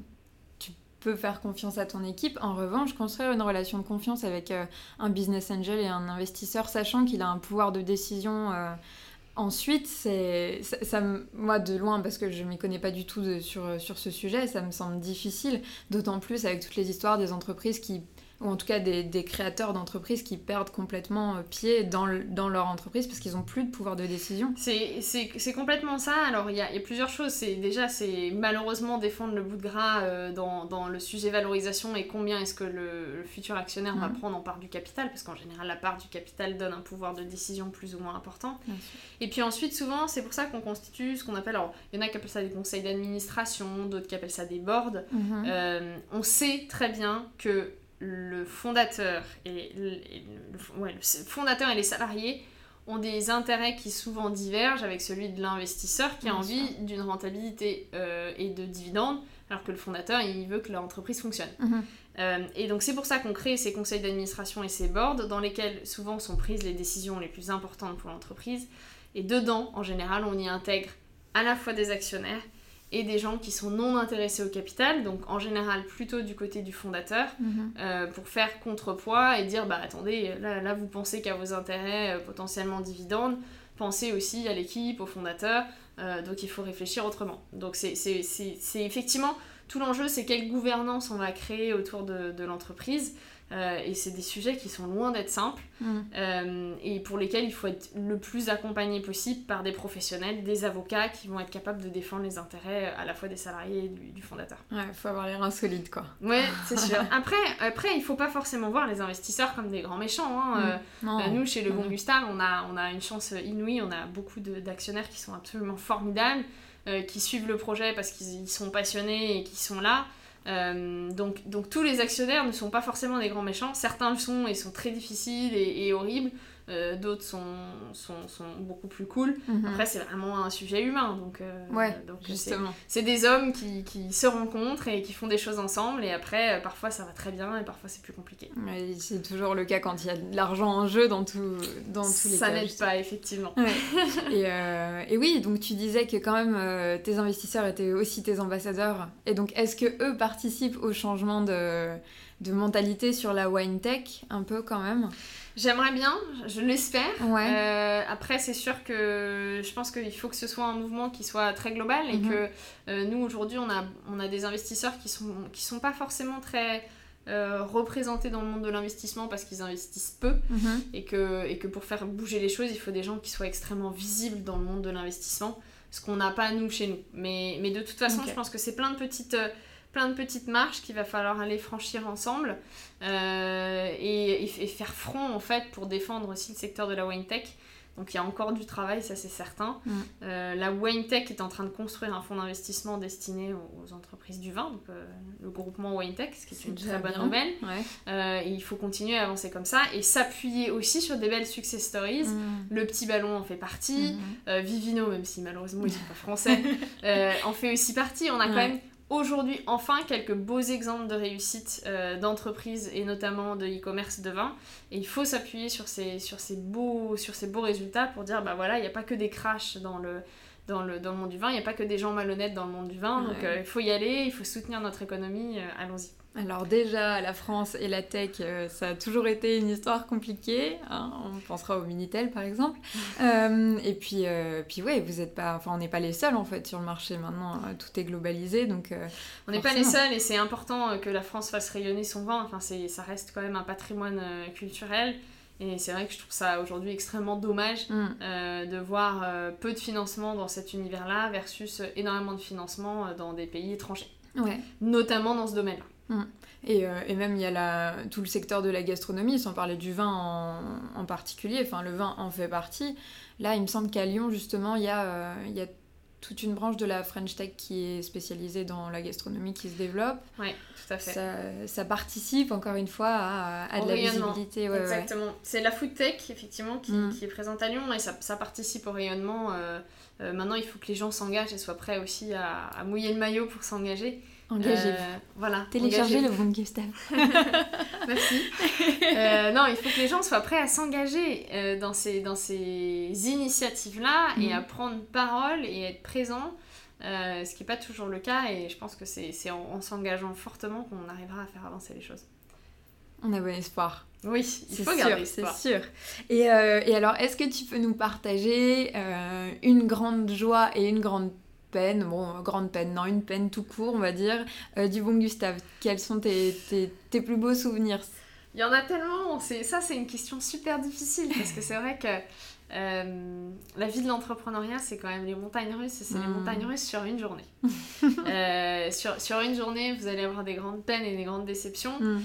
peux faire confiance à ton équipe. En revanche, construire une relation de confiance avec euh, un business angel et un investisseur, sachant qu'il a un pouvoir de décision euh, ensuite, c'est, ça, ça, moi de loin, parce que je ne m'y connais pas du tout de, sur, sur ce sujet, ça me semble difficile, d'autant plus avec toutes les histoires des entreprises qui, ou en tout cas des, des créateurs d'entreprises qui perdent complètement pied dans, le, dans leur entreprise parce qu'ils n'ont plus de pouvoir de décision. C'est, c'est, c'est complètement ça. Alors il y a, y a plusieurs choses. C'est, déjà, c'est malheureusement défendre le bout de gras euh, dans, dans le sujet valorisation et combien est-ce que le, le futur actionnaire mmh. va prendre en part du capital, parce qu'en général la part du capital donne un pouvoir de décision plus ou moins important. Et puis ensuite, souvent, c'est pour ça qu'on constitue ce qu'on appelle, alors il y en a qui appellent ça des conseils d'administration, d'autres qui appellent ça des boards. Mmh. Euh, on sait très bien que le fondateur et, le, et le, ouais, le fondateur et les salariés ont des intérêts qui souvent divergent avec celui de l'investisseur qui a envie sûr. d'une rentabilité euh, et de dividendes, alors que le fondateur il veut que l'entreprise fonctionne. Mmh. Euh, et donc c'est pour ça qu'on crée ces conseils d'administration et ces boards dans lesquels souvent sont prises les décisions les plus importantes pour l'entreprise, et dedans en général on y intègre à la fois des actionnaires et des gens qui sont non intéressés au capital, donc en général plutôt du côté du fondateur, mmh. euh, pour faire contrepoids et dire, bah attendez, là, là vous pensez qu'à vos intérêts euh, potentiellement dividendes, pensez aussi à l'équipe, au fondateur, euh, donc il faut réfléchir autrement. Donc c'est, c'est, c'est, c'est effectivement, tout l'enjeu c'est quelle gouvernance on va créer autour de, de l'entreprise, euh, et c'est des sujets qui sont loin d'être simples, mmh. euh, et pour lesquels il faut être le plus accompagné possible par des professionnels, des avocats qui vont être capables de défendre les intérêts à la fois des salariés et du, du fondateur. Ouais, il faut avoir les reins solides, quoi. Ouais, c'est sûr. Après, après, il faut pas forcément voir les investisseurs comme des grands méchants. Hein. Mmh. Euh, non, euh, nous, chez Le Bon Gustave, on a, on a une chance inouïe, on a beaucoup de, d'actionnaires qui sont absolument formidables, euh, qui suivent le projet parce qu'ils sont passionnés et qui sont là. Euh, donc, donc tous les actionnaires ne sont pas forcément des grands méchants, certains le sont et sont très difficiles et, et horribles, euh, d'autres sont, sont, sont beaucoup plus cool. Mm-hmm. Après c'est vraiment un sujet humain, donc, euh, ouais, donc justement. C'est, c'est des hommes qui, qui se rencontrent et qui font des choses ensemble, et après euh, parfois ça va très bien et parfois c'est plus compliqué. Ouais, c'est toujours le cas quand il y a de l'argent en jeu dans, tout, dans tous les ça cas. Ça n'aide pas, effectivement. Ouais. et, euh, et oui, donc tu disais que quand même euh, tes investisseurs étaient aussi tes ambassadeurs, et donc est-ce que eux participent au changement de, de mentalité sur la wine tech un peu quand même? J'aimerais bien, je l'espère. Ouais. Euh, après, c'est sûr que je pense qu'il faut que ce soit un mouvement qui soit très global, et mm-hmm. que euh, nous, aujourd'hui, on a, on a des investisseurs qui sont, qui sont pas forcément très euh, représentés dans le monde de l'investissement parce qu'ils investissent peu, mm-hmm. et, que, et que pour faire bouger les choses, il faut des gens qui soient extrêmement visibles dans le monde de l'investissement. ce qu'on n'a pas nous chez nous. Mais, mais de toute façon, okay. je pense que c'est plein de petites... Euh, plein de petites marches qu'il va falloir aller franchir ensemble euh, et, et, et faire front en fait pour défendre aussi le secteur de la wine tech. Donc il y a encore du travail, ça c'est certain. Mm. Euh, la wine tech est en train de construire un fonds d'investissement destiné aux, aux entreprises du vin, donc euh, le groupement wine tech, ce qui est, c'est une très bonne bien. nouvelle. Ouais. Euh, et il faut continuer à avancer comme ça et s'appuyer aussi sur des belles success stories. Mm. Le Petit Ballon en fait partie, mm. euh, Vivino, même si malheureusement ils sont pas français, euh, en fait aussi partie. On a ouais. quand même aujourd'hui, enfin, quelques beaux exemples de réussite euh, d'entreprises et notamment de e-commerce de vin. Et il faut s'appuyer sur ces, sur ces, beaux, sur ces beaux résultats pour dire, bah voilà, il n'y a pas que des crashs dans le, dans, le, dans le monde du vin, il n'y a pas que des gens malhonnêtes dans le monde du vin. Ouais. Donc, euh, il faut y aller, il faut soutenir notre économie, euh, allons-y. Alors déjà, la France et la tech, euh, ça a toujours été une histoire compliquée. Hein, on pensera au Minitel, par exemple. euh, et puis, euh, puis ouais, vous êtes pas, enfin, on n'est pas les seuls, en fait, sur le marché. Maintenant, euh, tout est globalisé, donc euh, on n'est pas les seuls, et c'est important que la France fasse rayonner son vin. Enfin, c'est, ça reste quand même un patrimoine euh, culturel. Et c'est vrai que je trouve ça aujourd'hui extrêmement dommage mm. euh, de voir euh, peu de financement dans cet univers-là versus énormément de financement euh, dans des pays étrangers. Ouais. Notamment dans ce domaine-là. Mmh. Et, euh, et même il y a la, tout le secteur de la gastronomie, sans parler du vin en, en particulier, enfin le vin en fait partie. Là il me semble qu'à Lyon justement il y, euh, y a toute une branche de la French Tech qui est spécialisée dans la gastronomie qui se développe. Oui, tout à fait. Ça, ça participe encore une fois à, à de la visibilité. Ouais, exactement. Ouais. C'est la Food Tech effectivement qui, mmh. qui est présente à Lyon et ça, ça participe au rayonnement. Euh, euh, maintenant il faut que les gens s'engagent et soient prêts aussi à, à mouiller le maillot pour s'engager. Engagez-vous. Euh, voilà. Téléchargez le bon Gustave. Merci. Euh, non, il faut que les gens soient prêts à s'engager euh, dans, ces, dans ces initiatives-là mmh. et à prendre parole et être présents, euh, ce qui n'est pas toujours le cas. Et je pense que c'est, c'est en, en s'engageant fortement qu'on arrivera à faire avancer les choses. On a bon espoir. Oui, il c'est faut garder espoir. C'est sûr. Et, euh, et alors, est-ce que tu peux nous partager euh, une grande joie et une grande peine, bon, grande peine, non, une peine tout court, on va dire, euh, du bon Gustave. Quels sont tes, tes, tes plus beaux souvenirs ? Il y en a tellement, c'est, ça c'est une question super difficile, parce que c'est vrai que euh, la vie de l'entrepreneuriat, c'est quand même les montagnes russes, et c'est mmh. les montagnes russes sur une journée. euh, sur, sur une journée, vous allez avoir des grandes peines et des grandes déceptions. Mmh.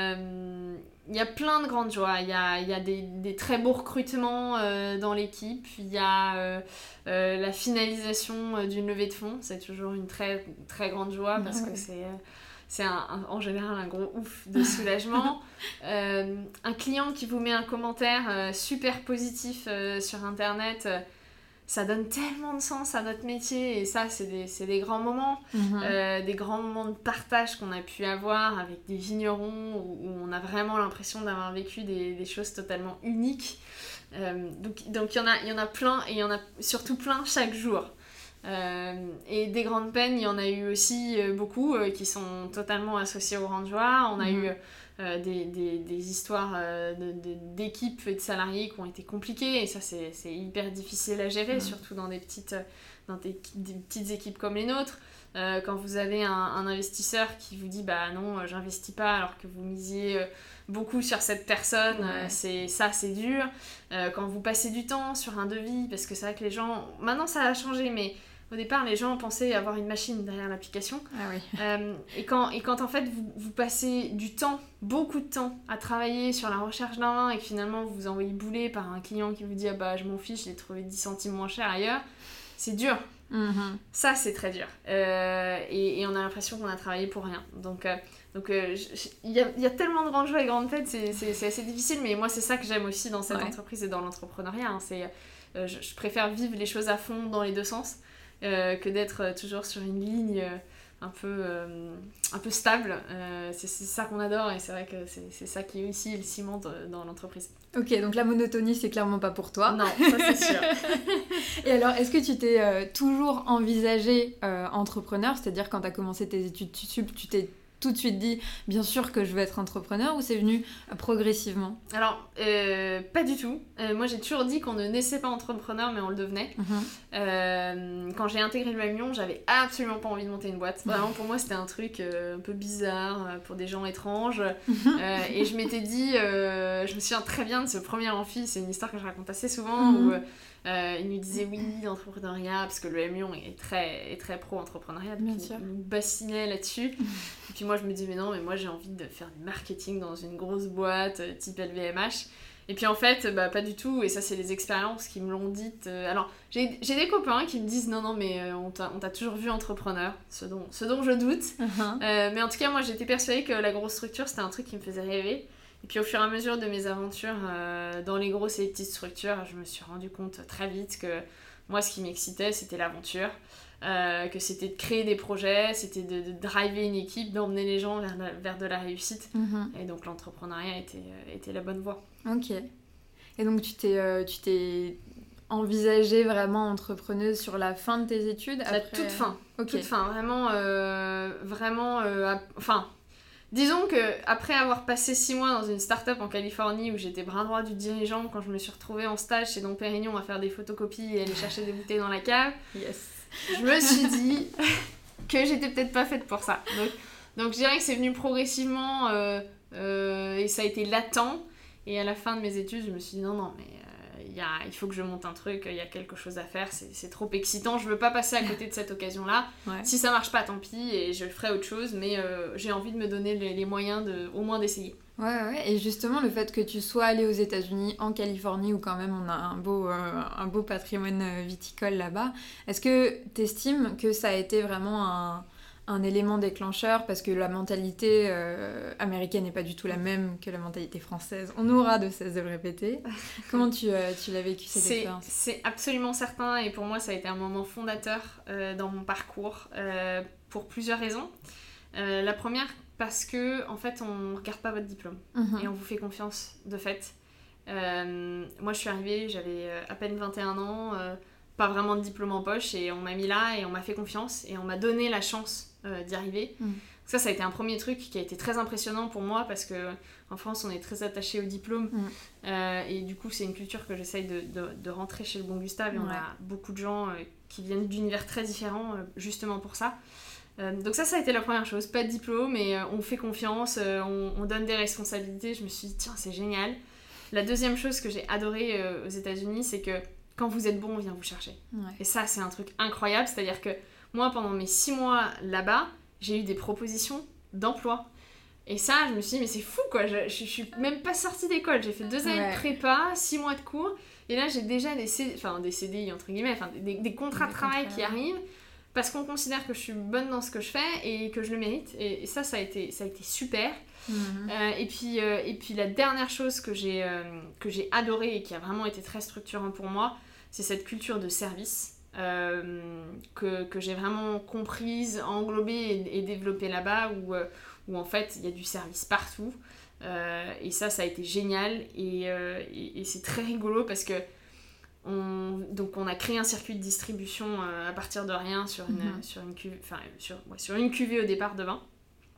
Euh, il y a plein de grandes joies, il y a, il y a des, des très beaux recrutements euh, dans l'équipe, il y a euh, euh, la finalisation euh, d'une levée de fonds, c'est toujours une très, très grande joie parce ouais. que c'est, euh, c'est un, un, en général un gros ouf de soulagement. euh, un client qui vous met un commentaire euh, super positif euh, sur internet, euh, ça donne tellement de sens à notre métier et ça c'est des, c'est des grands moments, mmh. euh, des grands moments de partage qu'on a pu avoir avec des vignerons où, où on a vraiment l'impression d'avoir vécu des, des choses totalement uniques. Euh, donc donc il y en a, il y en a plein et il y en a surtout plein chaque jour. Euh, et des grandes peines, il y en a eu aussi euh, beaucoup euh, qui sont totalement associées aux grandes joies. On a mmh. eu Euh, des, des, des histoires euh, de, de, d'équipes et de salariés qui ont été compliquées et ça c'est, c'est hyper difficile à gérer, mmh. surtout dans des petites, dans des, des petites équipes comme les nôtres. Euh, quand vous avez un, un investisseur qui vous dit bah non j'investis pas alors que vous misiez beaucoup sur cette personne, ouais. euh, c'est, ça c'est dur. Euh, quand vous passez du temps sur un devis, parce que c'est vrai que les gens, maintenant ça a changé mais au départ, les gens pensaient avoir une machine derrière l'application. Ah oui. euh, et, quand, et quand en fait vous, vous passez du temps, beaucoup de temps, à travailler sur la recherche d'un vin et que finalement vous vous envoyez bouler par un client qui vous dit ah bah je m'en fiche, j'ai trouvé dix centimes moins cher ailleurs, c'est dur. Mm-hmm. Ça c'est très dur. Euh, et, et on a l'impression qu'on a travaillé pour rien. Donc il euh, donc, euh, y, a, y a tellement de grandes joies et grandes têtes, c'est, c'est, c'est assez difficile, mais moi c'est ça que j'aime aussi dans cette ouais. entreprise et dans l'entrepreneuriat. Hein, c'est, euh, je, je préfère vivre les choses à fond dans les deux sens. Euh, que d'être toujours sur une ligne euh, un, peu, euh, un peu stable. Euh, c'est, c'est ça qu'on adore et c'est vrai que c'est, c'est ça qui est aussi le ciment de, dans l'entreprise. Ok, donc la monotonie, c'est clairement pas pour toi. Non, ça c'est sûr. Et alors, est-ce que tu t'es euh, toujours envisagé euh, entrepreneur ? C'est-à-dire quand tu as commencé tes études sup, tu t'es tout de suite dit bien sûr que je veux être entrepreneur ou c'est venu progressivement? Alors, euh, pas du tout. Euh, moi, j'ai toujours dit qu'on ne naissait pas entrepreneur, mais on le devenait. Mmh. Euh, quand j'ai intégré le M Lyon, j'avais absolument pas envie de monter une boîte. Vraiment, pour moi, c'était un truc euh, un peu bizarre, euh, pour des gens étranges. euh, et je m'étais dit, euh, je me souviens très bien de ce premier amphi, c'est une histoire que je raconte assez souvent, mmh. où euh, il nous disait oui, entrepreneuriat, parce que le M Lyon est très, est très pro-entrepreneuriat, donc il, il nous bassinait là-dessus. Et puis moi, je me dis, mais non, mais moi, j'ai envie de faire du marketing dans une grosse boîte, type L V M H. Et puis en fait, bah, pas du tout, et ça, c'est les expériences qui me l'ont dit. Alors, j'ai, j'ai des copains qui me disent, non, non, mais on t'a, on t'a toujours vu entrepreneur, ce dont, ce dont je doute. Uh-huh. Euh, mais en tout cas, moi, j'étais persuadée que la grosse structure, c'était un truc qui me faisait rêver. Et puis au fur et à mesure de mes aventures euh, dans les grosses et les petites structures, je me suis rendu compte très vite que moi, ce qui m'excitait, c'était l'aventure. Euh, que c'était de créer des projets, c'était de, de driver une équipe, d'emmener les gens vers, la, vers de la réussite. Mm-hmm. Et donc l'entrepreneuriat était, euh, était la bonne voie. Ok. Et donc tu t'es, euh, tu t'es envisagée vraiment entrepreneuse sur la fin de tes études après... La toute fin. Okay. Toute fin. Vraiment, euh, vraiment... Euh, enfin... Disons qu'après avoir passé six mois dans une start-up en Californie où j'étais bras droit du dirigeant, quand je me suis retrouvée en stage chez Dom Pérignon à faire des photocopies et aller chercher des bouteilles dans la cave, yes. Je me suis dit que j'étais peut-être pas faite pour ça. Donc, donc je dirais que c'est venu progressivement euh, euh, et ça a été latent. Et à la fin de mes études, je me suis dit non, non, mais euh, y a, il faut que je monte un truc, il y a quelque chose à faire, c'est, c'est trop excitant, je veux pas passer à côté de cette occasion-là. Ouais. Si ça marche pas, tant pis, et je ferai autre chose, mais euh, j'ai envie de me donner les, les moyens de, au moins d'essayer. Ouais, ouais, et justement, le fait que tu sois allée aux États-Unis, en Californie, où quand même on a un beau, euh, un beau patrimoine viticole là-bas, est-ce que tu estimes que ça a été vraiment un, un élément déclencheur, parce que la mentalité euh, américaine n'est pas du tout la même que la mentalité française? On aura de cesse de le répéter. Comment tu, euh, tu l'as vécu cette c'est, expérience? C'est absolument certain, et pour moi, ça a été un moment fondateur euh, dans mon parcours, euh, pour plusieurs raisons. Euh, la première, parce que en fait on regarde pas votre diplôme mmh. et on vous fait confiance de fait. Euh, moi je suis arrivée, j'avais à peine vingt et un ans, euh, pas vraiment de diplôme en poche, et on m'a mis là et on m'a fait confiance et on m'a donné la chance euh, d'y arriver. Mmh. Ça, ça a été un premier truc qui a été très impressionnant pour moi, parce que en France on est très attaché au diplôme mmh. euh, et du coup c'est une culture que j'essaye de, de, de rentrer chez le Bon Gustave, et ouais. on a beaucoup de gens euh, qui viennent d'univers très différents euh, justement pour ça. Euh, donc ça, ça a été la première chose, pas de diplôme, mais euh, on fait confiance, euh, on, on donne des responsabilités. Je me suis dit, tiens, c'est génial. La deuxième chose que j'ai adorée euh, aux États-Unis, c'est que quand vous êtes bon, on vient vous chercher. Ouais. Et ça, c'est un truc incroyable, c'est-à-dire que moi, pendant mes six mois là-bas, j'ai eu des propositions d'emploi. Et ça, je me suis dit, mais c'est fou, quoi, je, je, je suis même pas sortie d'école, j'ai fait deux années ouais. de prépa, six mois de cours, et là, j'ai déjà des, C... enfin, des C D I, entre guillemets, enfin, des, des contrats des de travail contrats. Qui arrivent, parce qu'on considère que je suis bonne dans ce que je fais et que je le mérite, et, et ça, ça a été, ça a été super. Mmh. Euh, et, puis, euh, et puis la dernière chose que j'ai, euh, que j'ai adorée et qui a vraiment été très structurant pour moi, c'est cette culture de service euh, que, que j'ai vraiment comprise, englobée et, et développée là-bas, où, euh, où en fait il y a du service partout, euh, et ça, ça a été génial, et, euh, et, et c'est très rigolo parce que On, donc on a créé un circuit de distribution euh, à partir de rien sur une, mmh. sur une, cuvée, enfin, sur, ouais, sur une cuvée au départ de vin.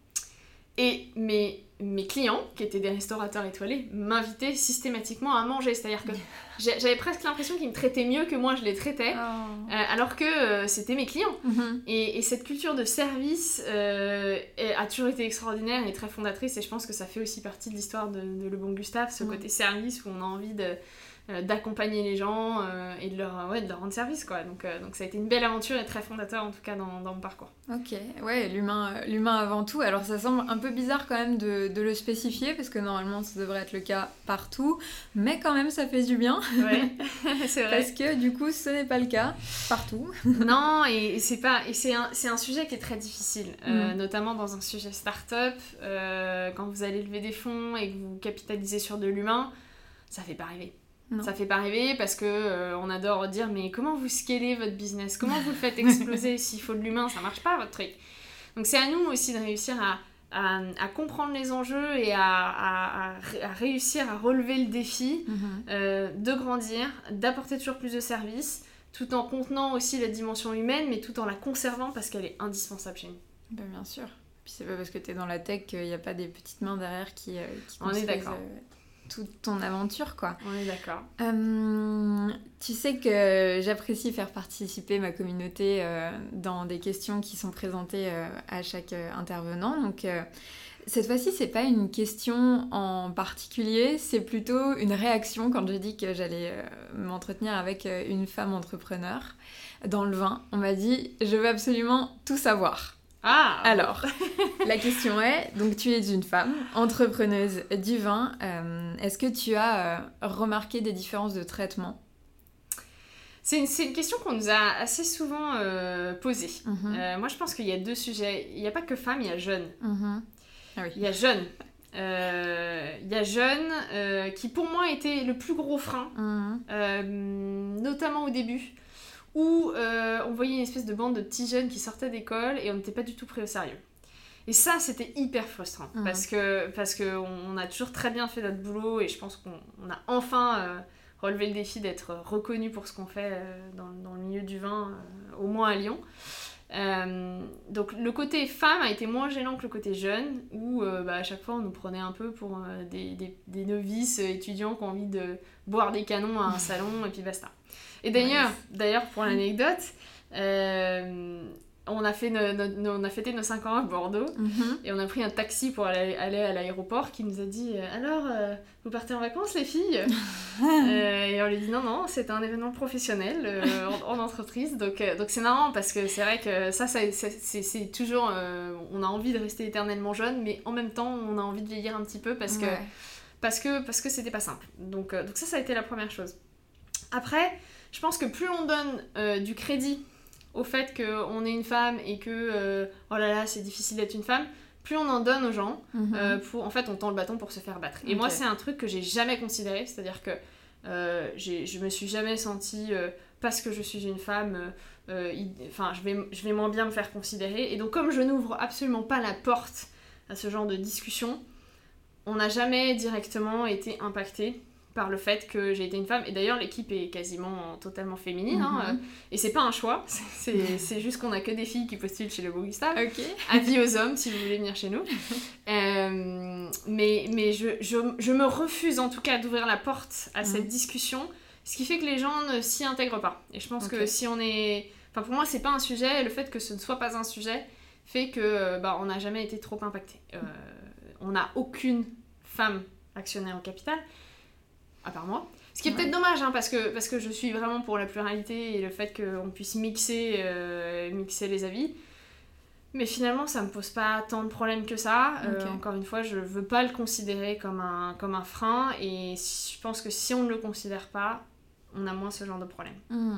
Et mes, mes clients, qui étaient des restaurateurs étoilés, m'invitaient systématiquement à manger. C'est-à-dire que j'avais presque l'impression qu'ils me traitaient mieux que moi je les traitais, oh. euh, alors que euh, c'était mes clients. Mmh. Et, et cette culture de service euh, a toujours été extraordinaire et très fondatrice, et je pense que ça fait aussi partie de l'histoire de, de Le Bon Gustave, ce mmh. côté service où on a envie de... d'accompagner les gens euh, et de leur, ouais, de leur rendre service, quoi. Donc, euh, donc ça a été une belle aventure et très fondateur, en tout cas dans, dans mon parcours. Ok, ouais, l'humain, euh, l'humain avant tout. Alors ça semble un peu bizarre quand même de, de le spécifier, parce que normalement ça devrait être le cas partout, mais quand même ça fait du bien. Ouais, c'est vrai. Parce que du coup ce n'est pas le cas partout. Non, et, et, c'est, pas, et c'est, un, c'est un sujet qui est très difficile, euh, mmh. notamment dans un sujet start-up, euh, quand vous allez lever des fonds et que vous capitalisez sur de l'humain, ça fait pas rêver. Non. Ça fait pas rêver, parce que euh, on adore dire mais comment vous scalez votre business, comment vous le faites exploser, s'il faut de l'humain, ça marche pas votre truc. Donc c'est à nous aussi de réussir à, à, à comprendre les enjeux et à, à, à, à réussir à relever le défi, mm-hmm. euh, de grandir, d'apporter toujours plus de services, tout en contenant aussi la dimension humaine, mais tout en la conservant parce qu'elle est indispensable chez nous. Ben, bien sûr. Puis c'est pas parce que t'es dans la tech qu'il n'y a pas des petites mains derrière qui, euh, qui On est d'accord. Euh, toute ton aventure, quoi. On est d'accord. Euh, tu sais que j'apprécie faire participer ma communauté euh, dans des questions qui sont présentées euh, à chaque euh, intervenant. Donc, euh, cette fois-ci, c'est pas une question en particulier, c'est plutôt une réaction quand j'ai dit que j'allais euh, m'entretenir avec euh, une femme entrepreneur dans le vin. On m'a dit, je veux absolument tout savoir. Ah. Alors, la question est, donc tu es une femme entrepreneuse du vin, euh, est-ce que tu as euh, remarqué des différences de traitement ? C'est une, c'est une question qu'on nous a assez souvent euh, posée. Mm-hmm. Euh, moi, je pense qu'il y a deux sujets. Il n'y a pas que femme, il y a jeune. Mm-hmm. Ah oui. Il y a jeune. Euh, il y a jeune euh, qui, pour moi, était le plus gros frein, Mm-hmm. euh, notamment au début, où euh, on voyait une espèce de bande de petits jeunes qui sortaient d'école et on n'était pas du tout pris au sérieux. Et ça, c'était hyper frustrant, mmh. parce que parce que on a toujours très bien fait notre boulot et je pense qu'on on a enfin euh, relevé le défi d'être reconnu pour ce qu'on fait euh, dans, dans le milieu du vin, euh, au moins à Lyon. Euh, donc le côté femme a été moins gênant que le côté jeune, où euh, bah, à chaque fois on nous prenait un peu pour euh, des, des, des novices étudiants qui ont envie de boire des canons à un salon et puis basta. Et d'ailleurs, ouais. d'ailleurs pour l'anecdote, euh, on, a fait no, no, no, on a fêté nos cinq ans à Bordeaux, mm-hmm. et on a pris un taxi pour aller, aller à l'aéroport qui nous a dit « Alors, euh, vous partez en vacances les filles ?» euh, Et on lui dit « Non, non, c'est un événement professionnel euh, en, en entreprise. » Donc euh, donc c'est marrant parce que c'est vrai que ça, ça c'est, c'est, c'est toujours... Euh, on a envie de rester éternellement jeune, mais en même temps, on a envie de vieillir un petit peu parce que, ouais. parce que, parce que c'était pas simple. Donc, euh, donc ça, ça a été la première chose. Après... Je pense que plus on donne euh, du crédit au fait qu'on est une femme et que euh, oh là là c'est difficile d'être une femme, plus on en donne aux gens, mm-hmm. euh, pour, en fait on tend le bâton pour se faire battre. Et okay. moi c'est un truc que j'ai jamais considéré, c'est-à-dire que euh, j'ai, je me suis jamais sentie, euh, parce que je suis une femme, euh, enfin je vais, je vais moins bien me faire considérer. Et donc comme je n'ouvre absolument pas la porte à ce genre de discussion, on n'a jamais directement été impacté par le fait que j'ai été une femme. Et d'ailleurs, l'équipe est quasiment totalement féminine. Mm-hmm. Hein, euh, et c'est pas un choix. C'est, c'est, c'est juste qu'on a que des filles qui postulent chez Le Beau Gustave. Okay. Avis aux hommes, si vous voulez venir chez nous. euh, mais mais je, je, je me refuse, en tout cas, d'ouvrir la porte à mm-hmm. cette discussion. Ce qui fait que les gens ne s'y intègrent pas. Et je pense okay. que si on est... Enfin, pour moi, c'est pas un sujet. Et le fait que ce ne soit pas un sujet fait que bah, on n'a jamais été trop impacté. Euh, on n'a aucune femme actionnaire au capital, à part moi. Ce qui est ouais. peut-être dommage, hein, parce, que, parce que je suis vraiment pour la pluralité et le fait qu'on puisse mixer, euh, mixer les avis. Mais finalement, ça me pose pas tant de problèmes que ça. Okay. Euh, encore une fois, je veux pas le considérer comme un, comme un frein. Et je pense que si on ne le considère pas, on a moins ce genre de problème. Mmh.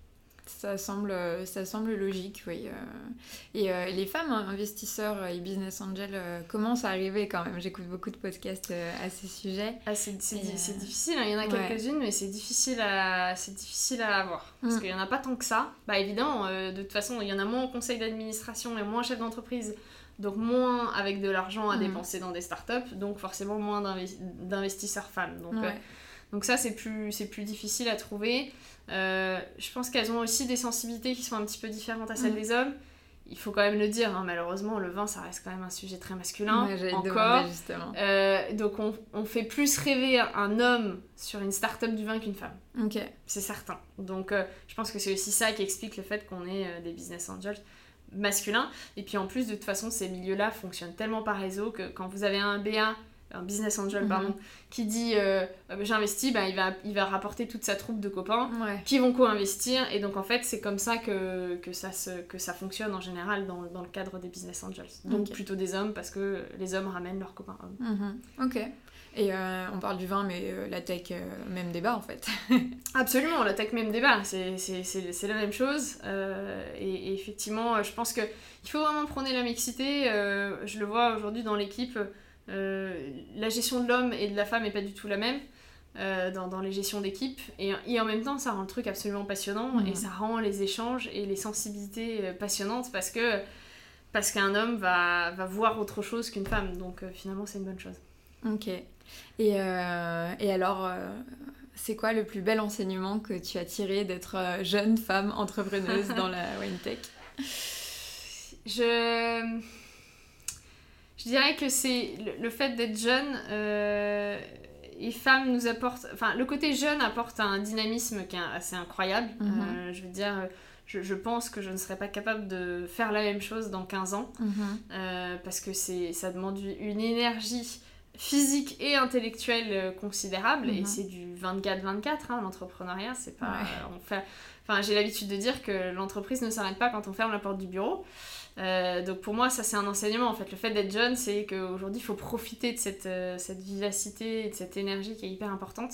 Ça semble, ça semble logique, oui. Et euh, les femmes investisseurs et business angels euh, commencent à arriver quand même. J'écoute beaucoup de podcasts euh, à ces sujets. Ah, c'est, c'est, di- euh... c'est difficile, hein. Il y en a ouais. quelques-unes, mais c'est difficile à, c'est difficile à avoir. Parce mm. qu'il n'y en a pas tant que ça. Bah évidemment, euh, de toute façon, il y en a moins au conseil d'administration et moins chef d'entreprise. Donc moins avec de l'argent à mm. dépenser dans des startups. Donc forcément moins d'investi- d'investisseurs femmes. Donc, ouais. euh, donc ça, c'est plus, c'est plus difficile à trouver. Euh, je pense qu'elles ont aussi des sensibilités qui sont un petit peu différentes à celles mmh. des hommes. Il faut quand même le dire, hein, malheureusement, le vin, ça reste quand même un sujet très masculin. Ouais, j'allais encore. Te demander justement. Euh, donc on, on fait plus rêver un homme sur une start-up du vin qu'une femme. Ok. C'est certain. Donc euh, je pense que c'est aussi ça qui explique le fait qu'on ait euh, des business angels masculins. Et puis en plus, de toute façon, ces milieux-là fonctionnent tellement par réseau que quand vous avez un B A, un business angel, mm-hmm. pardon, qui dit euh, j'investis, bah, il, va, il va rapporter toute sa troupe de copains ouais. qui vont co-investir. Et donc en fait, c'est comme ça que, que, ça, se, que ça fonctionne en général dans, dans le cadre des business angels. Donc okay. plutôt des hommes, parce que les hommes ramènent leurs copains hommes. Mm-hmm. Ok. Et euh, on parle du vin, mais euh, la tech, euh, même débat en fait. Absolument, la tech, même débat, c'est, c'est, c'est, c'est la même chose. Euh, et, et effectivement, je pense qu'il faut vraiment prôner la mixité. Euh, je le vois aujourd'hui dans l'équipe. Euh, la gestion de l'homme et de la femme n'est pas du tout la même euh, dans, dans les gestions d'équipe et, et en même temps ça rend le truc absolument passionnant mmh. et ça rend les échanges et les sensibilités euh, passionnantes parce, que, parce qu'un homme va, va voir autre chose qu'une femme, donc euh, finalement c'est une bonne chose. Ok. Et, euh, et alors euh, c'est quoi le plus bel enseignement que tu as tiré d'être euh, jeune femme entrepreneuse dans la wine tech? Je... Je dirais que c'est le, le fait d'être jeune euh, et femme nous apporte... Enfin, le côté jeune apporte un dynamisme qui est assez incroyable. Mm-hmm. Euh, je veux dire, je, je pense que je ne serais pas capable de faire la même chose dans quinze ans. Mm-hmm. Euh, parce que c'est, ça demande une énergie physique et intellectuelle considérable. Mm-hmm. Et c'est du vingt-quatre vingt-quatre, hein, l'entrepreneuriat. C'est pas... Ouais. On fait... Enfin, j'ai l'habitude de dire que l'entreprise ne s'arrête pas quand on ferme la porte du bureau. Euh, donc pour moi ça c'est un enseignement en fait, le fait d'être jeune c'est qu'aujourd'hui il faut profiter de cette, euh, cette vivacité et de cette énergie qui est hyper importante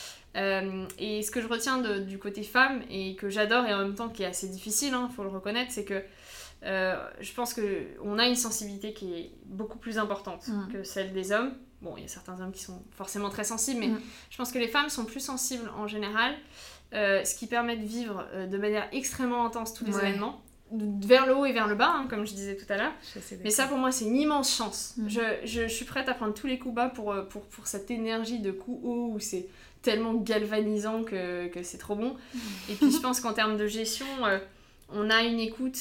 euh, et ce que je retiens de, du côté femme et que j'adore et en même temps qui est assez difficile, hein, faut le reconnaître, c'est que euh, je pense qu'on a une sensibilité qui est beaucoup plus importante mmh. que celle des hommes. Bon, il y a certains hommes qui sont forcément très sensibles, mais mmh. je pense que les femmes sont plus sensibles en général, euh, ce qui permet de vivre euh, de manière extrêmement intense tous les ouais. événements, vers le haut et vers le bas, hein, comme je disais tout à l'heure. Mais ça, pour moi, c'est une immense chance. Mmh. Je, je, je suis prête à prendre tous les coups bas pour, pour, pour cette énergie de coups hauts où c'est tellement galvanisant que, que c'est trop bon. Mmh. Et puis, je pense qu'en termes de gestion, euh, on a une écoute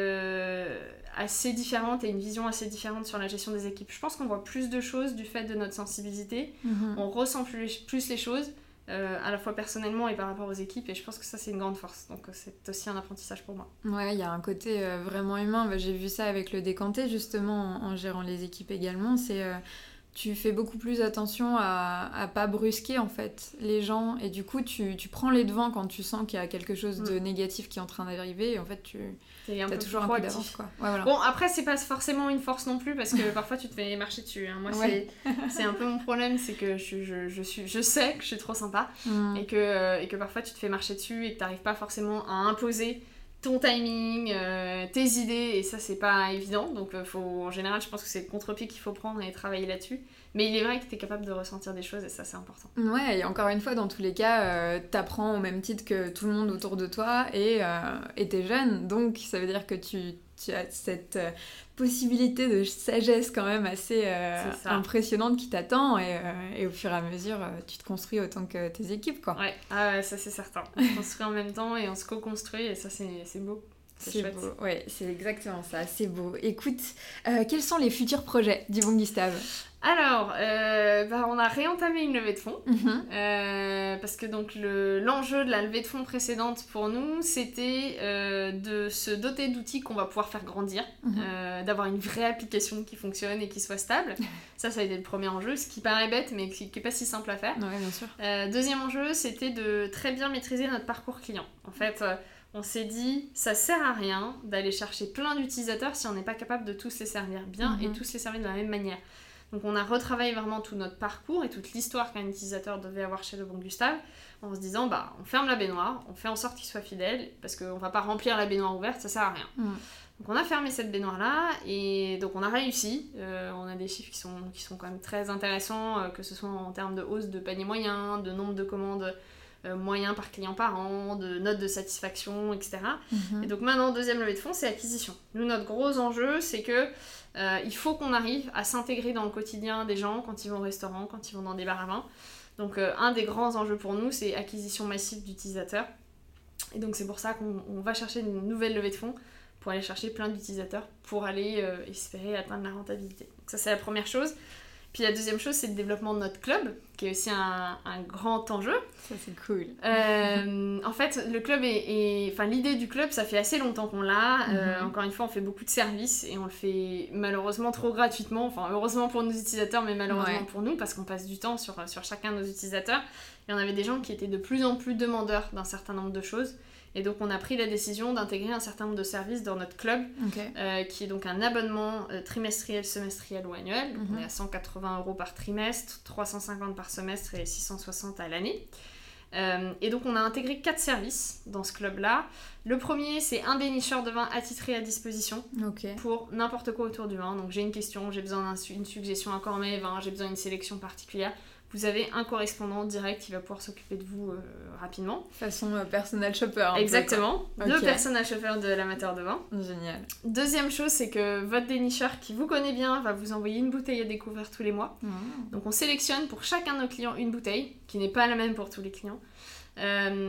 euh, assez différente et une vision assez différente sur la gestion des équipes. Je pense qu'on voit plus de choses du fait de notre sensibilité. Mmh. On ressent plus, plus les choses. Euh, à la fois personnellement et par rapport aux équipes, et je pense que ça c'est une grande force, donc c'est aussi un apprentissage pour moi. Ouais, il y a un côté euh, vraiment humain. Bah, j'ai vu ça avec le décanté justement en, en gérant les équipes également. C'est euh, tu fais beaucoup plus attention à, à pas brusquer en fait les gens, et du coup tu, tu prends les devants quand tu sens qu'il y a quelque chose de mmh. négatif qui est en train d'arriver, et en fait tu as toujours un coup d'avance quoi. Ouais, voilà. Bon, après c'est pas forcément une force non plus, parce que parfois tu te fais marcher dessus, hein. Moi ouais. c'est, c'est un peu mon problème, c'est que je, je, je, suis, je sais que je suis trop sympa mmh. et, que, euh, et que parfois tu te fais marcher dessus et que t'arrives pas forcément à imposer ton timing, euh, tes idées, et ça c'est pas évident, donc euh, faut, en général je pense que c'est le contre-pied qu'il faut prendre et travailler là-dessus, mais il est vrai que t'es capable de ressentir des choses et ça c'est important. Ouais, et encore une fois dans tous les cas euh, t'apprends au même titre que tout le monde autour de toi, et, euh, et t'es jeune, donc ça veut dire que tu, tu as cette euh, possibilité de sagesse quand même assez euh, impressionnante qui t'attend, et, euh, et au fur et à mesure euh, tu te construis autant que tes équipes quoi. Ouais, ah, ça c'est certain, on se construit en même temps et on se co-construit, et ça c'est, c'est beau. C'est, c'est chouette. Beau, ouais, c'est exactement ça, c'est beau. Écoute, euh, quels sont les futurs projets d'Yvon Gustave ? Alors, euh, bah, on a réentamé une levée de fonds, mmh. euh, parce que donc le, l'enjeu de la levée de fonds précédente pour nous, c'était euh, de se doter d'outils qu'on va pouvoir faire grandir, mmh. euh, d'avoir une vraie application qui fonctionne et qui soit stable. Ça, ça a été le premier enjeu, ce qui paraît bête, mais qui n'est pas si simple à faire. Ouais, bien sûr. Euh, deuxième enjeu, c'était de très bien maîtriser notre parcours client. En fait, euh, on s'est dit, ça sert à rien d'aller chercher plein d'utilisateurs si on n'est pas capable de tous les servir bien mmh. et tous les servir de la même manière. Donc on a retravaillé vraiment tout notre parcours et toute l'histoire qu'un utilisateur devait avoir chez Yvon Gustave, en se disant, bah, on ferme la baignoire, on fait en sorte qu'il soit fidèle, parce qu'on ne va pas remplir la baignoire ouverte, ça sert à rien. Mmh. Donc on a fermé cette baignoire-là, et donc on a réussi. Euh, on a des chiffres qui sont, qui sont quand même très intéressants, euh, que ce soit en termes de hausse de panier moyen, de nombre de commandes euh, moyens par client par an, de notes de satisfaction, et cetera. Mmh. Et donc maintenant, deuxième levée de fonds, c'est acquisition. Nous, notre gros enjeu, c'est que Euh, il faut qu'on arrive à s'intégrer dans le quotidien des gens quand ils vont au restaurant, quand ils vont dans des bars à vin. Donc euh, un des grands enjeux pour nous, c'est acquisition massive d'utilisateurs. Et donc c'est pour ça qu'on on va chercher une nouvelle levée de fonds pour aller chercher plein d'utilisateurs pour aller euh, espérer atteindre la rentabilité. Donc ça c'est la première chose. Puis la deuxième chose, c'est le développement de notre club, qui est aussi un, un grand enjeu. Ça, c'est cool. Euh, en fait, le club est, est... Enfin, l'idée du club, ça fait assez longtemps qu'on l'a. Mm-hmm. Euh, encore une fois, on fait beaucoup de services et on le fait malheureusement trop gratuitement. Enfin, heureusement pour nos utilisateurs, mais malheureusement ouais. pour nous, parce qu'on passe du temps sur, sur chacun de nos utilisateurs. Et on avait des gens qui étaient de plus en plus demandeurs d'un certain nombre de choses. Et donc on a pris la décision d'intégrer un certain nombre de services dans notre club, okay. euh, qui est donc un abonnement euh, trimestriel, semestriel ou annuel. Mm-hmm. On est à cent quatre-vingts euros par trimestre, trois cent cinquante par semestre et six cent soixante à l'année. Euh, et donc on a intégré quatre services dans ce club-là. Le premier, c'est un dénicheur de vin attitré à disposition okay. pour n'importe quoi autour du vin. Donc j'ai une question, j'ai besoin d'une suggestion, un cornet vin, j'ai besoin d'une sélection particulière. Vous avez un correspondant direct qui va pouvoir s'occuper de vous euh, rapidement. Façon euh, personal shopper. Exactement. Peu, Deux okay. personal shoppers de l'amateur de vin. Génial. Deuxième chose, c'est que votre dénicheur qui vous connaît bien va vous envoyer une bouteille à découvrir tous les mois. Mmh. Donc on sélectionne pour chacun de nos clients une bouteille, qui n'est pas la même pour tous les clients. Euh,